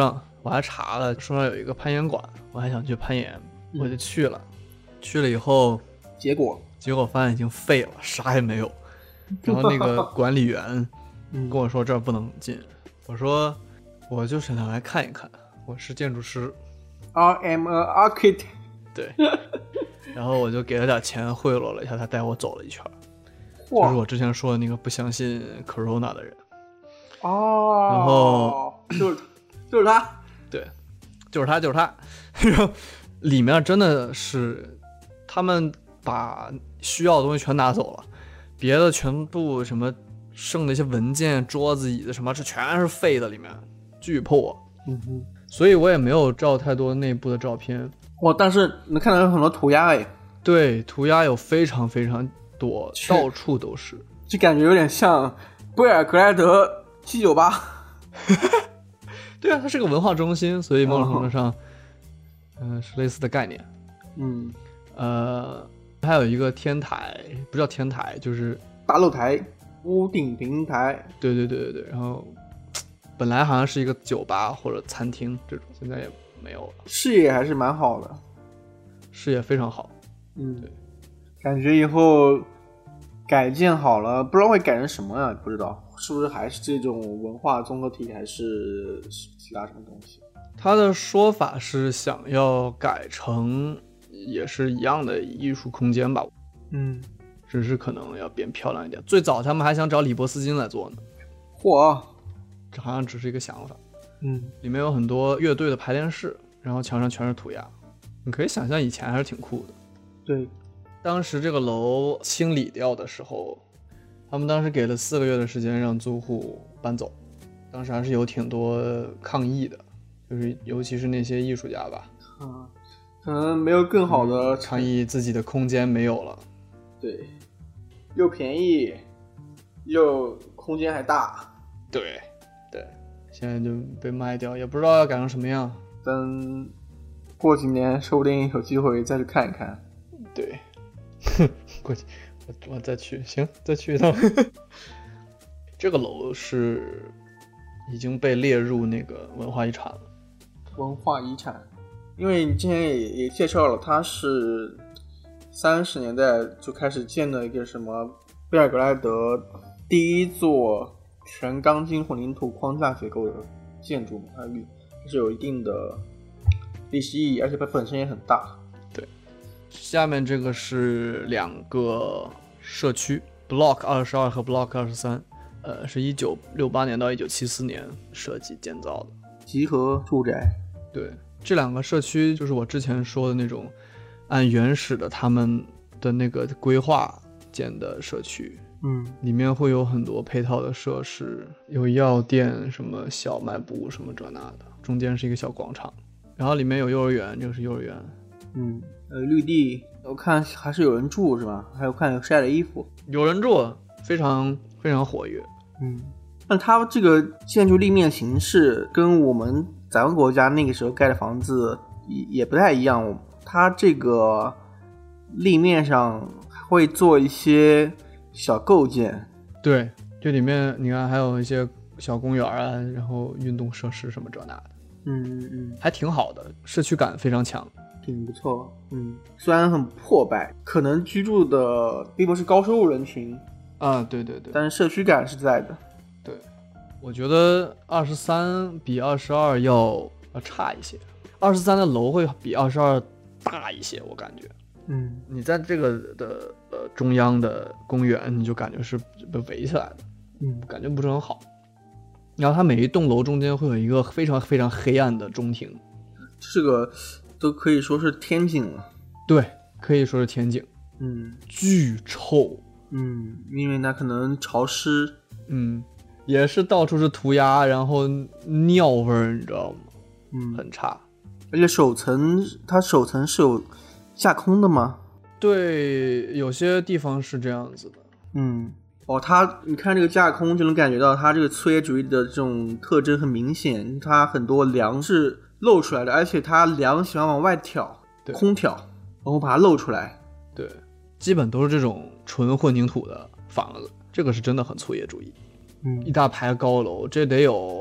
我还查了，说那有一个攀岩馆，我还想去攀岩，我就去了。去了以后， 结果结果发现已经废了，啥也没有。然后那个管理员跟我说这儿不能进，我说我就是想来看一看，我是建筑师。 I am an architect。 对。然后我就给了点钱贿赂了一下，他带我走了一圈。就是我之前说的那个不相信 Corona 的人。 哦。 然后就是就是他。 对，就是他，就是他。然后里面真的是他们把需要的东西全拿走了，别的全部什么剩的一些文件、桌子、椅子什么，这全是废的，里面巨破。 嗯哼。所以我也没有照太多内部的照片。 哇，但是能看到有很多涂鸦哎。 对，涂鸦有非常非常多，到处都是， 就感觉有点像贝尔格莱德七九八。 对啊，它是个文化中心，所以某种程度上，嗯、呃，是类似的概念。 嗯， 呃，还有一个天台，不叫天台，就是大露台、屋顶平台。 对对对对对。然后本来好像是一个酒吧或者餐厅这种，现在也没有了。 视野还是蛮好的， 视野非常好。 嗯，对，感觉以后改建好了，不知道会改成什么呀？不知道是不是还是这种文化综合体，还是其他什么东西？ 他的说法是想要改成也是一样的艺术空间吧， 嗯， 只是可能要变漂亮一点。最早他们还想找李伯斯金来做呢， 嚯， 这好像只是一个想法。 嗯， 里面有很多乐队的排练室，然后墙上全是涂鸦，你可以想象以前还是挺酷的。 对， 当时这个楼清理掉的时候，他们当时给了四个月的时间让租户搬走，当时还是有挺多抗议的，就是尤其是那些艺术家吧， 啊，可能没有更好的、 嗯、抗议自己的空间没有了。 对，又便宜，又空间还大。 对对，现在就被卖掉，也不知道要改成什么样。 等过几年，说不定有机会再去看一看。 对，过去我我再去，行，再去一趟。这个楼是已经被列入那个文化遗产了。 文化遗产，因为你之前也也介绍了，它是三十年代就开始建的一个什么贝尔格莱德第一座全钢筋混凝土框架结构的建筑嘛，它是有一定的历史意义，而且它本身也很大。 对，下面这个是两个社区 Block 二十二和 Block 二十三，呃，是一九六八年到一九七四年设计建造的集合住宅。 对，这两个社区就是我之前说的那种按原始的他们的那个规划建的社区。 嗯， 里面会有很多配套的设施，有药店，什么小卖部，什么这那的，中间是一个小广场，然后里面有幼儿园，这个是幼儿园。 嗯，呃，绿地，我看还是有人住是吧？还有看有晒的衣服， 有人住，非常非常活跃。 嗯，但它这个建筑立面形式跟我们咱们国家那个时候盖的房子也也不太一样，它这个立面上会做一些小构件。 对，这里面你看还有一些小公园啊，然后运动设施什么这那的。 嗯嗯嗯， 还挺好的，社区感非常强， 挺不错。嗯，虽然很破败，可能居住的并不是高收入人群啊，对对对， 但是社区感是在的。 对，我觉得二十三比二十二要要差一些，二十三的楼会比二十二大一些，我感觉。 嗯， 你在这个的呃中央的公园，你就感觉是被围起来的， 嗯， 感觉不是很好。然后它每一栋楼中间会有一个非常非常黑暗的中庭， 这个都可以说是天井了。 对，可以说是天井。 嗯， 巨臭。 嗯，因为它可能潮湿。 嗯，也是到处是涂鸦，然后尿味儿，你知道吗？ 嗯， 很差。 而且首层它首层是有架空的吗？ 对，有些地方是这样子的。 嗯。哦，它你看这个架空就能感觉到它这个粗野主义的这种特征很明显，它很多梁是露出来的，而且它梁喜欢往外挑，空挑，然后把它露出来。 对，基本都是这种纯混凝土的房子，这个是真的很粗野主义。 嗯， 一大排高楼，这得有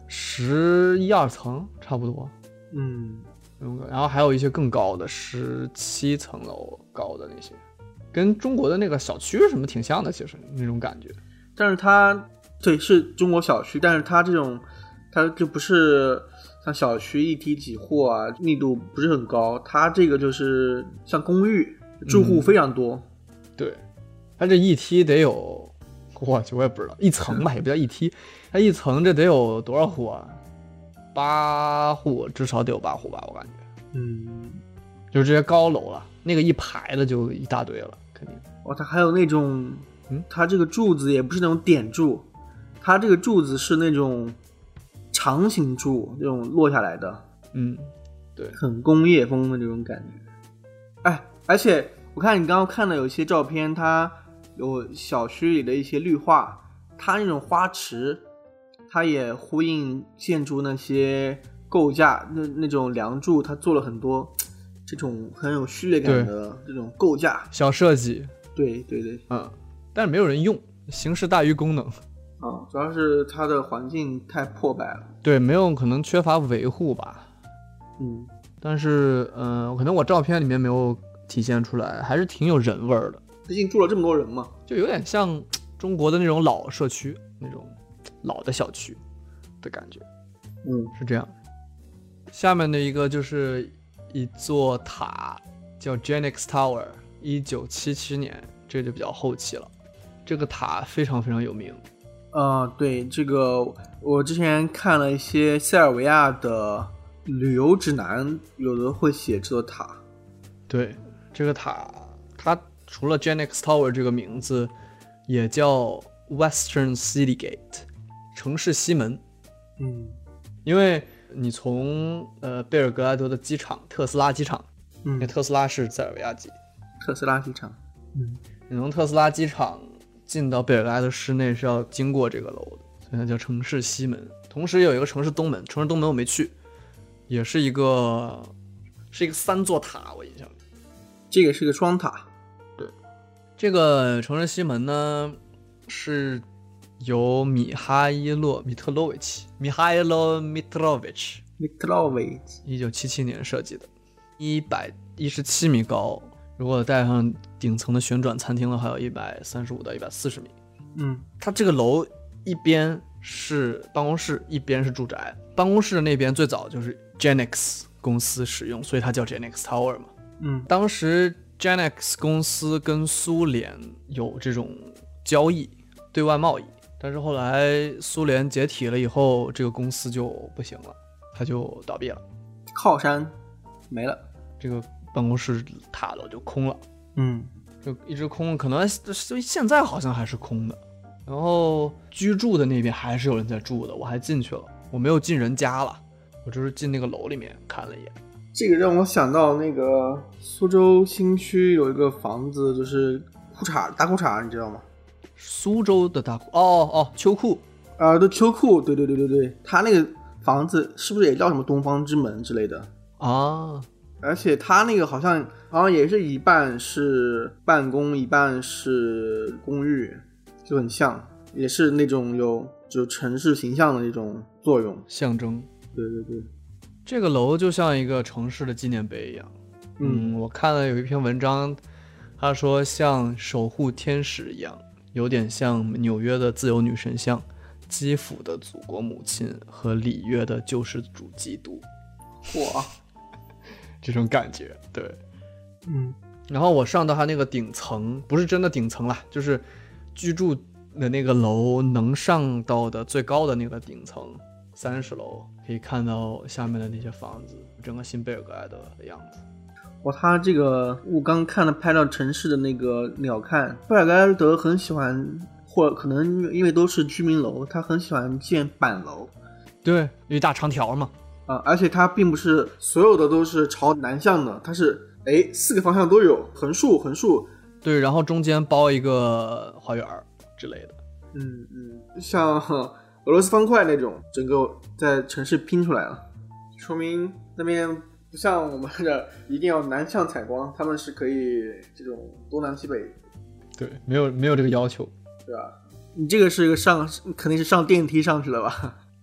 十一二层差不多， 嗯， 然后还有一些更高的十七层楼高的那些，跟中国的那个小区什么挺像的，其实那种感觉。 但是它对是中国小区，但是它这种它就不是像小区一梯几户啊，密度不是很高，它这个就是像公寓，住户非常多。 嗯、对，它这一梯得有，我去我也不知道，一层吧也不叫一梯，它一层这得有多少户啊？八户，至少得有八户吧，我感觉。 嗯， 就是这些高楼了，那个一排的就一大堆了，肯定。 哦，它还有那种， 嗯， 它这个柱子也不是那种点柱，它这个柱子是那种长形柱，这种落下来的。 嗯，对， 很工业风的这种感觉。哎，而且我看你刚刚看的有些照片，它有小区里的一些绿化，它那种花池，它也呼应建筑那些构架，那那种梁柱，它做了很多这种很有序列感的这种构架小设计。 对对对， 嗯，但是没有人用，形式大于功能。 啊，主要是它的环境太破败了。 对，没有，可能缺乏维护吧。 嗯， 但是，嗯、呃，可能我照片里面没有体现出来，还是挺有人味儿的。 毕竟住了这么多人嘛， 就有点像中国的那种老社区，那种老的小区的感觉。 嗯， 是这样。下面的一个就是一座塔，叫 Genex Tower， 一九七七年，这就比较后期了。这个塔非常非常有名。 呃，对，这个我之前看了一些塞尔维亚的旅游指南，有的会写这座塔。 对，这个塔它除了 Genex Tower 这个名字，也叫 Western City Gate， 城市西门。 嗯， 因为你从呃贝尔格莱德的机场，特斯拉机场， 嗯， 因为特斯拉是塞尔维亚籍， 特斯拉机场，嗯， 你从特斯拉机场进到贝尔格莱德市内是要经过这个楼的，所以它叫城市西门。同时有一个城市东门，城市东门我没去，也是一个是一个三座塔，我印象里。 这个是个双塔。 对，这个城市西门呢是由米哈伊洛米特洛维奇米哈伊洛米特洛维奇米特洛维奇一九七七年设计的，一百一十七米高，如果带上顶层的旋转餐厅的话，有一百三十五到一百四十米。 嗯， 它这个楼一边是办公室，一边是住宅。办公室的那边最早就是 Genex 公司使用，所以它叫 Genex Tower 嘛。 嗯， 当时 Genex 公司跟苏联有这种交易，对外贸易，但是后来苏联解体了以后，这个公司就不行了，它就倒闭了， 靠山没了， 这个办公室塔楼就空了。 嗯， 就一直空，可能现在好像还是空的。然后居住的那边还是有人在住的，我还进去了，我没有进人家了，我就是进那个楼里面看了一眼。 这个让我想到那个苏州新区有一个房子，就是裤衩大裤衩，你知道吗？ 苏州的大裤哦哦秋裤啊、呃，对秋裤，对对对对对，他那个房子是不是也叫什么东方之门之类的啊？ 而且他那个好像好像也是一半是办公，一半是公寓，就很像，也是那种有就城市形象的那种作用象征。 对对对， 这个楼就像一个城市的纪念碑一样。嗯，我看了有一篇文章，他说像守护天使一样，有点像纽约的自由女神像，基辅的祖国母亲和里约的救世主基督。 哇！ 这种感觉，对， 嗯， 然后我上到它那个顶层，不是真的顶层啦，就是居住的那个楼能上到的最高的那个顶层，三十楼，可以看到下面的那些房子，整个新贝尔格莱德的样子。 哇，他这个我刚看了拍到城市的那个鸟瞰，贝尔格莱德很喜欢，或者可能因为都是居民楼，他很喜欢建板楼， 对，一大长条嘛。 啊、呃，而且它并不是所有的都是朝南向的，它是哎四个方向都有，横竖横竖。 对，然后中间包一个花园之类的。 嗯嗯，像俄罗斯方块那种，整个在城市拼出来了，说明那边不像我们这一定要南向采光，他们是可以这种东南西北。 对，没有没有这个要求， 对吧？你这个是个上肯定是上电梯上去了吧？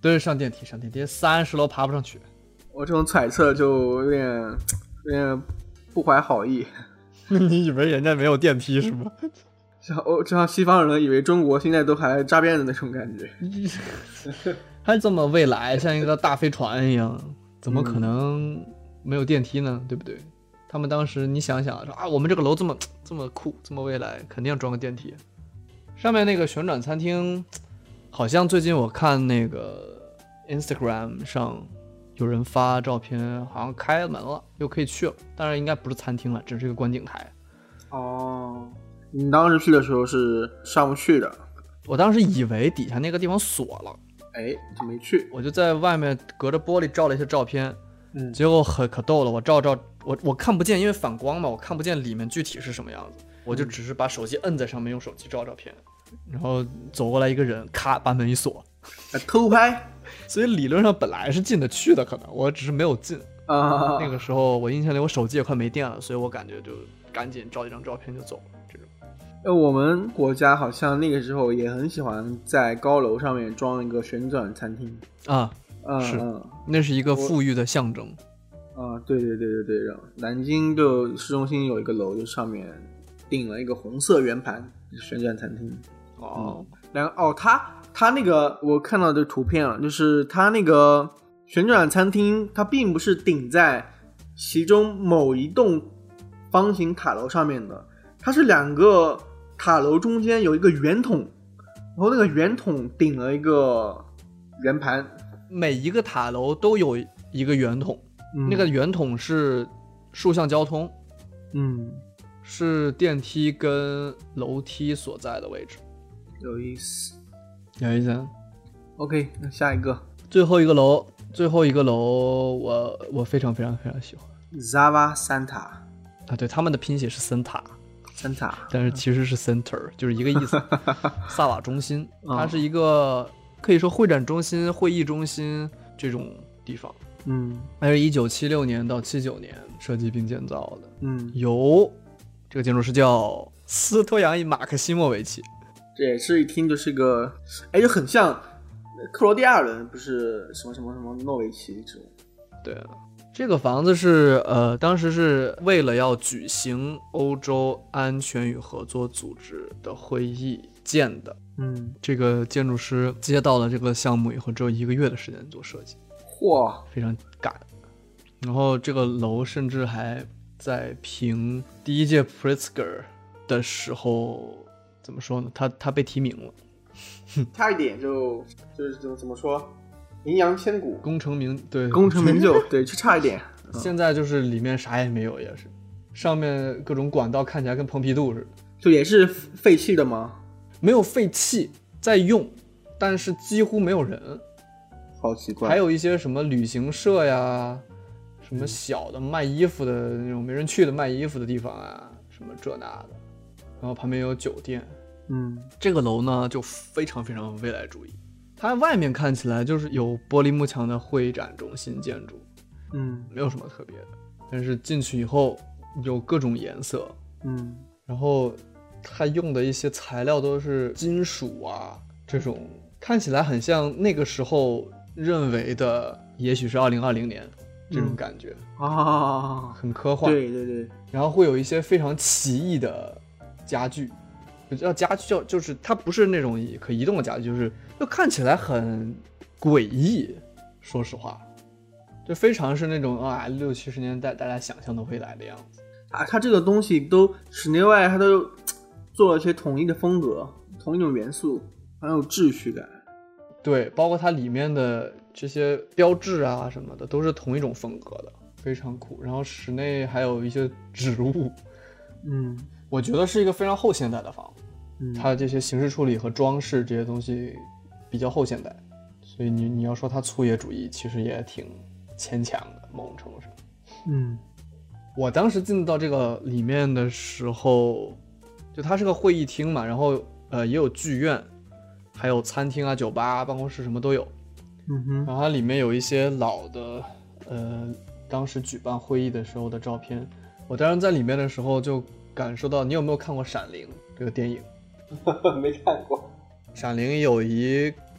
对，上电梯，上电梯，三十楼爬不上去。 我这种揣测就有点有点不怀好意。 你以为人家没有电梯是吗？ 像欧，就像西方人以为中国现在都还扎辫子那种感觉。 还这么未来，像一个大飞船一样，怎么可能没有电梯呢？嗯、对不对？他们当时你想想说啊，我们这个楼这么这么酷，这么未来，肯定要装个电梯。上面那个旋转餐厅，好像最近我看那个 Instagram 上有人发照片，好像开门了，又可以去了。当然应该不是餐厅了，只是一个观景台。 哦，你当时去的时候是上不去的。 我当时以为底下那个地方锁了， 哎，就没去。 我就在外面隔着玻璃照了一些照片， 嗯， 结果很可逗了，我照照我我看不见，因为反光嘛，我看不见里面具体是什么样子，我就只是把手机摁在上面，用手机照照片，然后走过来一个人，咔把门一锁， 偷拍。 所以理论上本来是进得去的，可能我只是没有进啊。 那个时候我印象里我手机也快没电了，所以我感觉就赶紧照一张照片就走了。这种， 呃，我们国家好像那个时候也很喜欢在高楼上面装一个旋转餐厅啊， 嗯、 是， 嗯， 那是一个富裕的象征。 啊，对对对对对，南京就市中心有一个楼，就上面顶了一个红色圆盘旋转餐厅。 哦， 然后哦，它它那个我看到的图片啊，就是它那个旋转餐厅，它并不是顶在其中某一栋方形塔楼上面的，它是两个塔楼中间有一个圆筒，然后那个圆筒顶了一个圆盘。 每一个塔楼都有一个圆筒，嗯、那个圆筒是竖向交通， 嗯， 是电梯跟楼梯所在的位置。 有意思， 有意思。 OK， 那下一个， 最后一个楼，最后一个楼，我我非常非常非常喜欢 Zava Santa 啊，对，他们的拼写是森塔， 森塔， 但是其实是 center， 就是一个意思。萨瓦中心，它是一个可以说会展中心、会议中心这种地方。 嗯， 它是一九七六年到七九年设计并建造的。 嗯， 由这个建筑师叫斯托扬伊马克西莫维奇。 这也是一听就是个，哎，就很像克罗地亚人，不是什么什么什么诺维奇这种。 对，这个房子是呃，当时是为了要举行欧洲安全与合作组织的会议建的。 嗯， 这个建筑师接到了这个项目以后，只有一个月的时间做设计， 嚯， 非常赶。然后这个楼甚至还在评第一届 Pritzker 的时候。怎么说呢？他他被提名了， 差一点就就是怎么怎么说，名扬千古， 功成名对， 功成名就，对，就差一点。 现在就是里面啥也没有，也是上面各种管道看起来跟蓬皮杜似的， 就也是废弃的吗？ 没有废弃，在用，但是几乎没有人， 好奇怪。 还有一些什么旅行社呀，什么小的卖衣服的那种没人去的卖衣服的地方啊，什么这那的。然后旁边有酒店， 嗯， 这个楼呢就非常非常未来主义，它外面看起来就是有玻璃幕墙的会展中心建筑， 嗯， 没有什么特别的，但是进去以后有各种颜色， 嗯， 然后它用的一些材料都是金属啊，这种看起来很像那个时候认为的，也许是二零二零年这种感觉、 嗯、啊， 很科幻， 对对对， 然后会有一些非常奇异的家具，叫家具叫就是它不是那种可移动的家具，就是就看起来很诡异。说实话，就非常是那种啊六七十年代大家想象的未来的样子啊。它这个东西都室内外它都做了一些统一的风格，同一种元素，很有秩序感。 对，包括它里面的这些标志啊什么的都是同一种风格的，非常酷。然后室内还有一些植物， 嗯。 我觉得是一个非常后现代的房子、 嗯、 它这些形式处理和装饰这些东西比较后现代，所以你你要说它粗野主义其实也挺牵强的，某种程度上。 嗯， 我当时进到这个里面的时候，就它是个会议厅嘛，然后呃也有剧院，还有餐厅啊、酒吧、办公室什么都有。 嗯哼， 然后它里面有一些老的呃当时举办会议的时候的照片。我当时在里面的时候就感受到，你有没有看过《闪灵》这个电影？ 没看过。 闪灵有一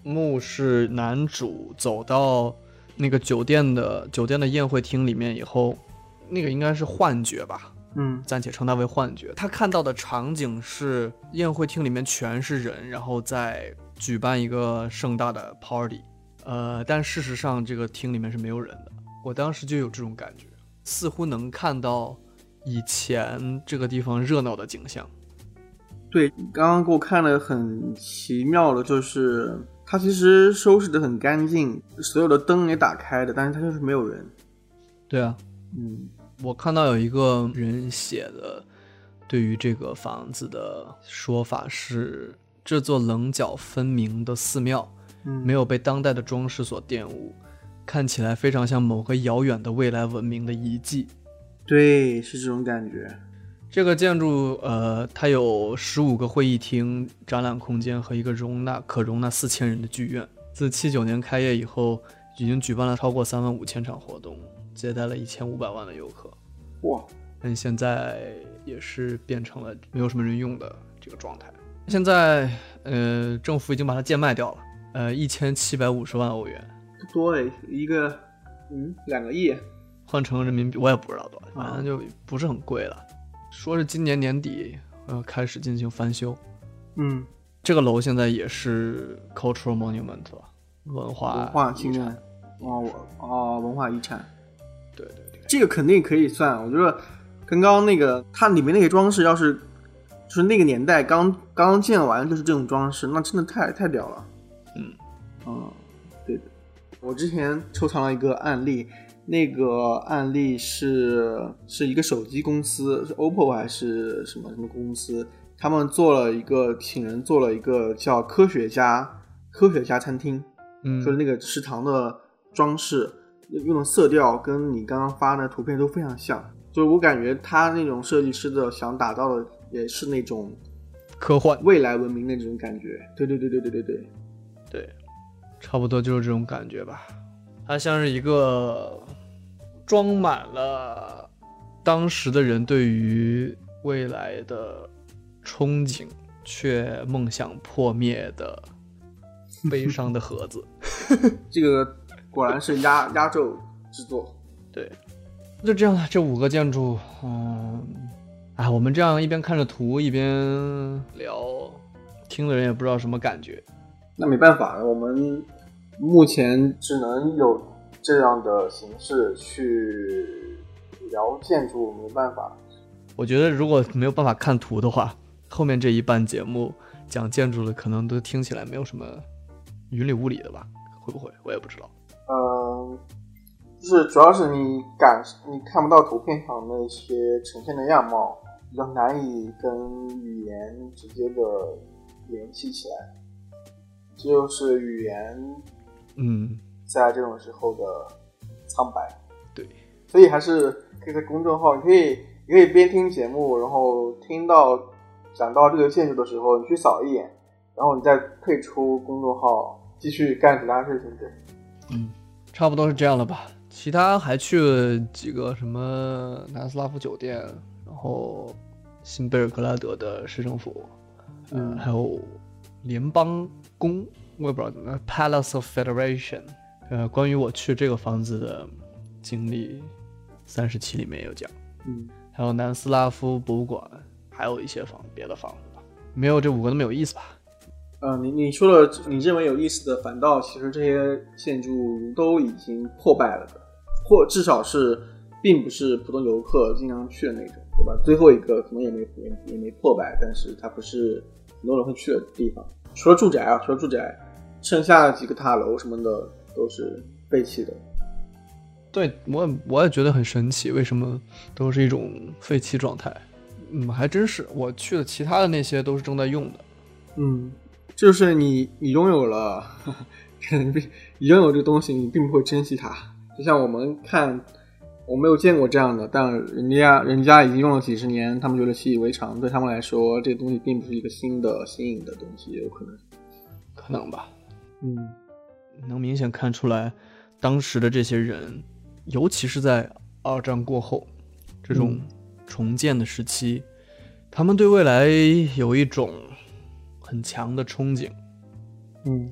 幕是男主走到那个酒店的酒店的宴会厅里面以后，那个应该是幻觉吧， 嗯， 暂且称它为幻觉。他看到的场景是宴会厅里面全是人，然后在举办一个盛大的 party， 呃，但事实上这个厅里面是没有人的。我当时就有这种感觉，似乎能看到以前这个地方热闹的景象。 对，刚刚给我看了很奇妙的，就是它其实收拾得很干净，所有的灯也打开的，但是它就是没有人。 对啊， 嗯， 我看到有一个人写的对于这个房子的说法是，这座棱角分明的寺庙、嗯、没有被当代的装饰所玷污，看起来非常像某个遥远的未来文明的遗迹。 对，是这种感觉。 这个建筑呃，它有十五个会议厅、展览空间和一个容纳可容纳四千人的剧院。自七九年开业以后，已经举办了超过三万五千场活动，接待了一千五百万的游客。 哇！ 但现在也是变成了没有什么人用的这个状态。现在呃，政府已经把它贱卖掉了，呃，一千七百五十万欧元， 不多哎，一个嗯两个亿， 换成人民币我也不知道多少，反正就不是很贵了。说是今年年底呃开始进行翻修。 嗯， 这个楼现在也是 cultural monument 了，文化文化遗产。哦哦，文化遗产。 对对对， 这个肯定可以算。我觉得跟刚刚那个它里面那些装饰，要是就是那个年代刚刚建完就是这种装饰，那真的太太屌了。 嗯嗯，对的。我之前收藏了一个案例。那个案例是是一个手机公司，是 O P P O 还是什么什么公司？他们做了一个请人做了一个叫科学家科学家餐厅， 嗯， 就是那个食堂的装饰用的色调跟你刚刚发的图片都非常像，就是我感觉他那种设计师的想打造的也是那种科幻未来文明的这种感觉。对对对对对对对对，差不多就是这种感觉吧。它像是一个装满了当时的人对于未来的憧憬却梦想破灭的悲伤的盒子。 这个果然是压压轴之作。 对，就这样了。这五个建筑，嗯，啊，我们这样一边看着图一边聊，听的人也不知道什么感觉。 那没办法，我们目前只能有这样的形式去聊建筑，没办法。 我觉得如果没有办法看图的话，后面这一半节目讲建筑的可能都听起来没有什么云里雾里的吧？会不会？我也不知道。 嗯、呃，就是主要是你感你看不到图片上那些呈现的样貌，比较难以跟语言直接的联系起来。这就是语言， 嗯， 在这种时候的苍白。 对， 所以还是可以在公众号，你可以你可以边听节目，然后听到讲到这个建筑的时候，你去扫一眼，然后你再退出公众号，继续干其他事情。对， 嗯，差不多是这样了吧。其他还去了几个什么南斯拉夫酒店，然后新贝尔格拉德的市政府，嗯、呃，还有联邦宫，我也不知道怎么 Palace of Federation。呃，关于我去这个房子的经历，三十期里面有讲。 嗯， 还有南斯拉夫博物馆，还有一些房别的房子吧，没有这五个那么有意思吧。 呃，你你说了你认为有意思的，反倒其实这些建筑都已经破败了的，或至少是并不是普通游客经常去的那种，对吧？最后一个可能也没也也没破败，但是它不是很多人会去的地方。除了住宅啊，除了住宅，剩下的几个塔楼什么的都是废弃的。 对，我我也觉得很神奇，为什么都是一种废弃状态？嗯，还真是，我去的其他的那些都是正在用的。 嗯，就是你你拥有了，呵呵你拥有这个东西，你并不会珍惜它。就像我们看，我没有见过这样的，但人家人家已经用了几十年，他们觉得习以为常，对他们来说，这个东西并不是一个新的新颖的东西，也有可能， 可能吧。 嗯， 能明显看出来，当时的这些人。尤其是在二战过后这种重建的时期、嗯、他们对未来有一种很强的憧憬。 嗯，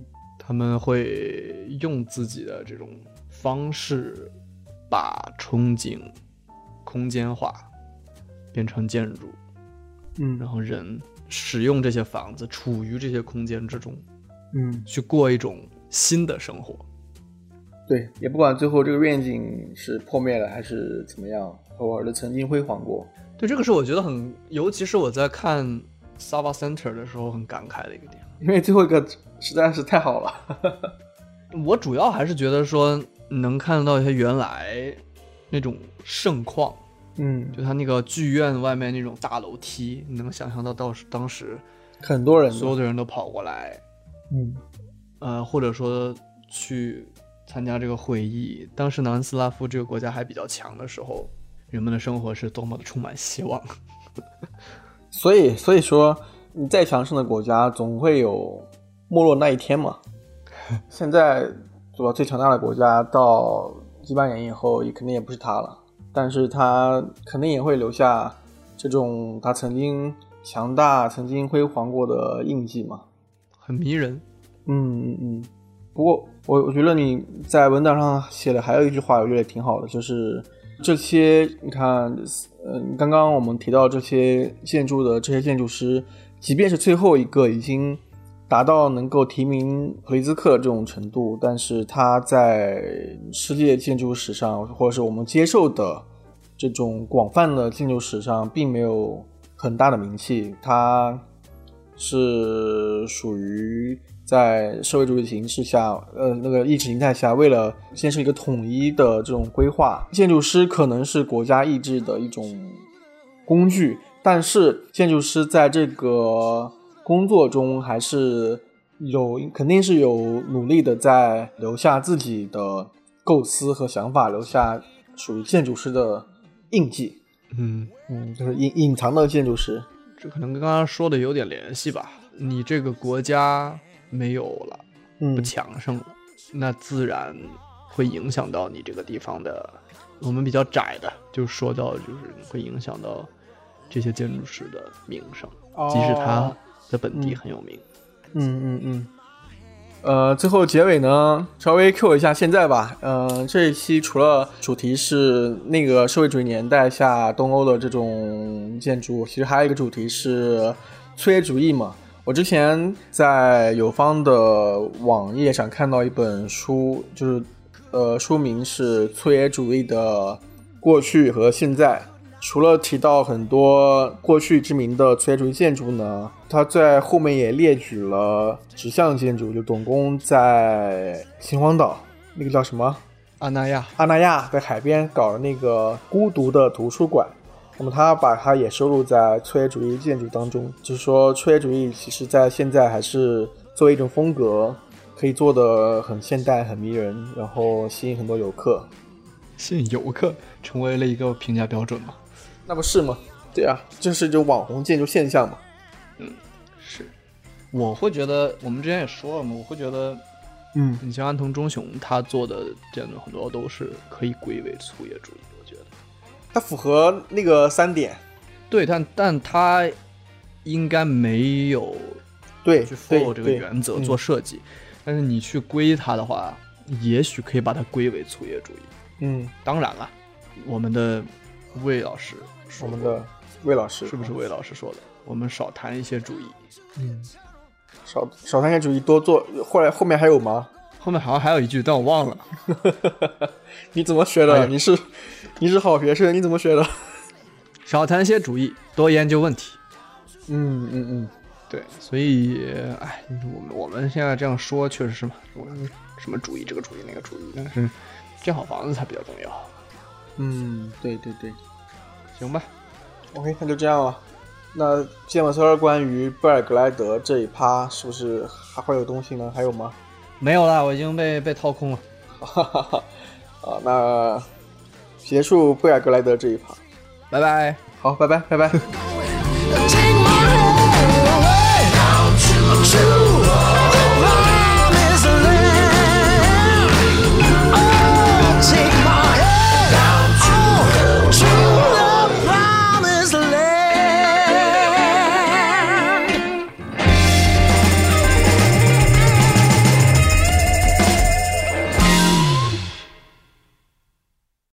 他们会用自己的这种方式把憧憬空间化变成建筑， 嗯， 然后人使用这些房子，处于这些空间之中， 嗯， 去过一种新的生活。 对，也不管最后这个愿景是破灭了还是怎么样，偶尔的曾经辉煌过。 对，这个是我觉得很，尤其是我在看 Sava Center 的时候很感慨的一个点， 因为最后一个实在是太好了。 我主要还是觉得说能看到一些原来那种盛况。 嗯， 就他那个剧院外面那种大楼梯，你能想象到到当时很多人， 所有的人都跑过来， 嗯， 呃，或者说去参加这个会议。当时南斯拉夫这个国家还比较强的时候，人们的生活是多么的充满希望。 所以，所以说，你再强盛的国家总会有没落那一天嘛。现在，对吧？最强大的国家到几百年以后，也肯定也不是它了。但是他肯定也会留下这种他曾经强大、曾经辉煌过的印记嘛， 很迷人。 嗯嗯嗯。不过我我觉得你在文档上写的还有一句话，我觉得也挺好的，就是这些你看，呃，刚刚我们提到这些建筑的这些建筑师，即便是最后一个已经达到能够提名普利兹克这种程度，但是他在世界建筑史上，或者是我们接受的这种广泛的建筑史上，并没有很大的名气。他是属于在社会主义形势下，呃，那个意识形态下，为了建设一个统一的这种规划，建筑师可能是国家意志的一种工具，但是建筑师在这个工作中还是有肯定是有努力的在留下自己的构思和想法，留下属于建筑师的印记。 嗯嗯，就是隐隐藏的建筑师。 这可能跟刚刚说的有点联系吧。你这个国家没有了，不强盛了，嗯，那自然会影响到你这个地方的。我们比较窄的就说到，就是会影响到这些建筑师的名声，哦，即使他在本地很有名。 嗯嗯嗯。呃，最后结尾呢，稍微 Q 一下现在吧。呃，这一期除了主题是那个社会主义年代下东欧的这种建筑，其实还有一个主题是崔耶主义嘛。我之前在友方的网页上看到一本书，就是呃，书名是《崔耶主义的过去和现在》。除了提到很多过去知名的崔耶主义建筑呢，它在后面也列举了指向建筑，就董公在秦皇岛那个叫什么阿那亚阿那亚在海边搞的那个孤独的图书馆，那么他把它也收录在崔耶主义建筑当中。就是说崔耶主义其实在现在还是作为一种风格，可以做得很现代很迷人，然后吸引很多游客。 吸引游客成为了一个评价标准吗？ 那不是吗？对啊，这是一种网红建筑现象嘛。 嗯，是。我会觉得，我们之前也说了嘛，我会觉得， 嗯， 你像安藤忠雄他做的建筑很多都是可以归为粗野主义，我觉得。 他符合那个三点。 对，但但他应该没有对去 follow 这个原则做设计，嗯，但是你去归他的话，也许可以把它归为粗野主义。 嗯， 当然了，我们的魏老师， 我们的魏老师是不是魏老师说的？我们少谈一些主义， 嗯，少少谈一些主义，多做。后来后面还有吗？ 后面好像还有一句，但我忘了。 你怎么学的？你是你是好学生，你怎么学的？ 少谈一些主义，多研究问题。 嗯嗯嗯， 对，所以，哎，我们我们现在这样说，确实是嘛，什么主义，这个主义那个主义，但是建好房子才比较重要。 嗯，对对对， 行吧 ，OK， 那就这样了。那芥末丝儿关于贝尔格莱德这一趴是不是还会有东西呢？还有吗？ 没有了，我已经被被掏空了。 哈哈哈。啊，那结束贝尔格莱德这一趴， 拜拜。 好，拜拜，拜拜。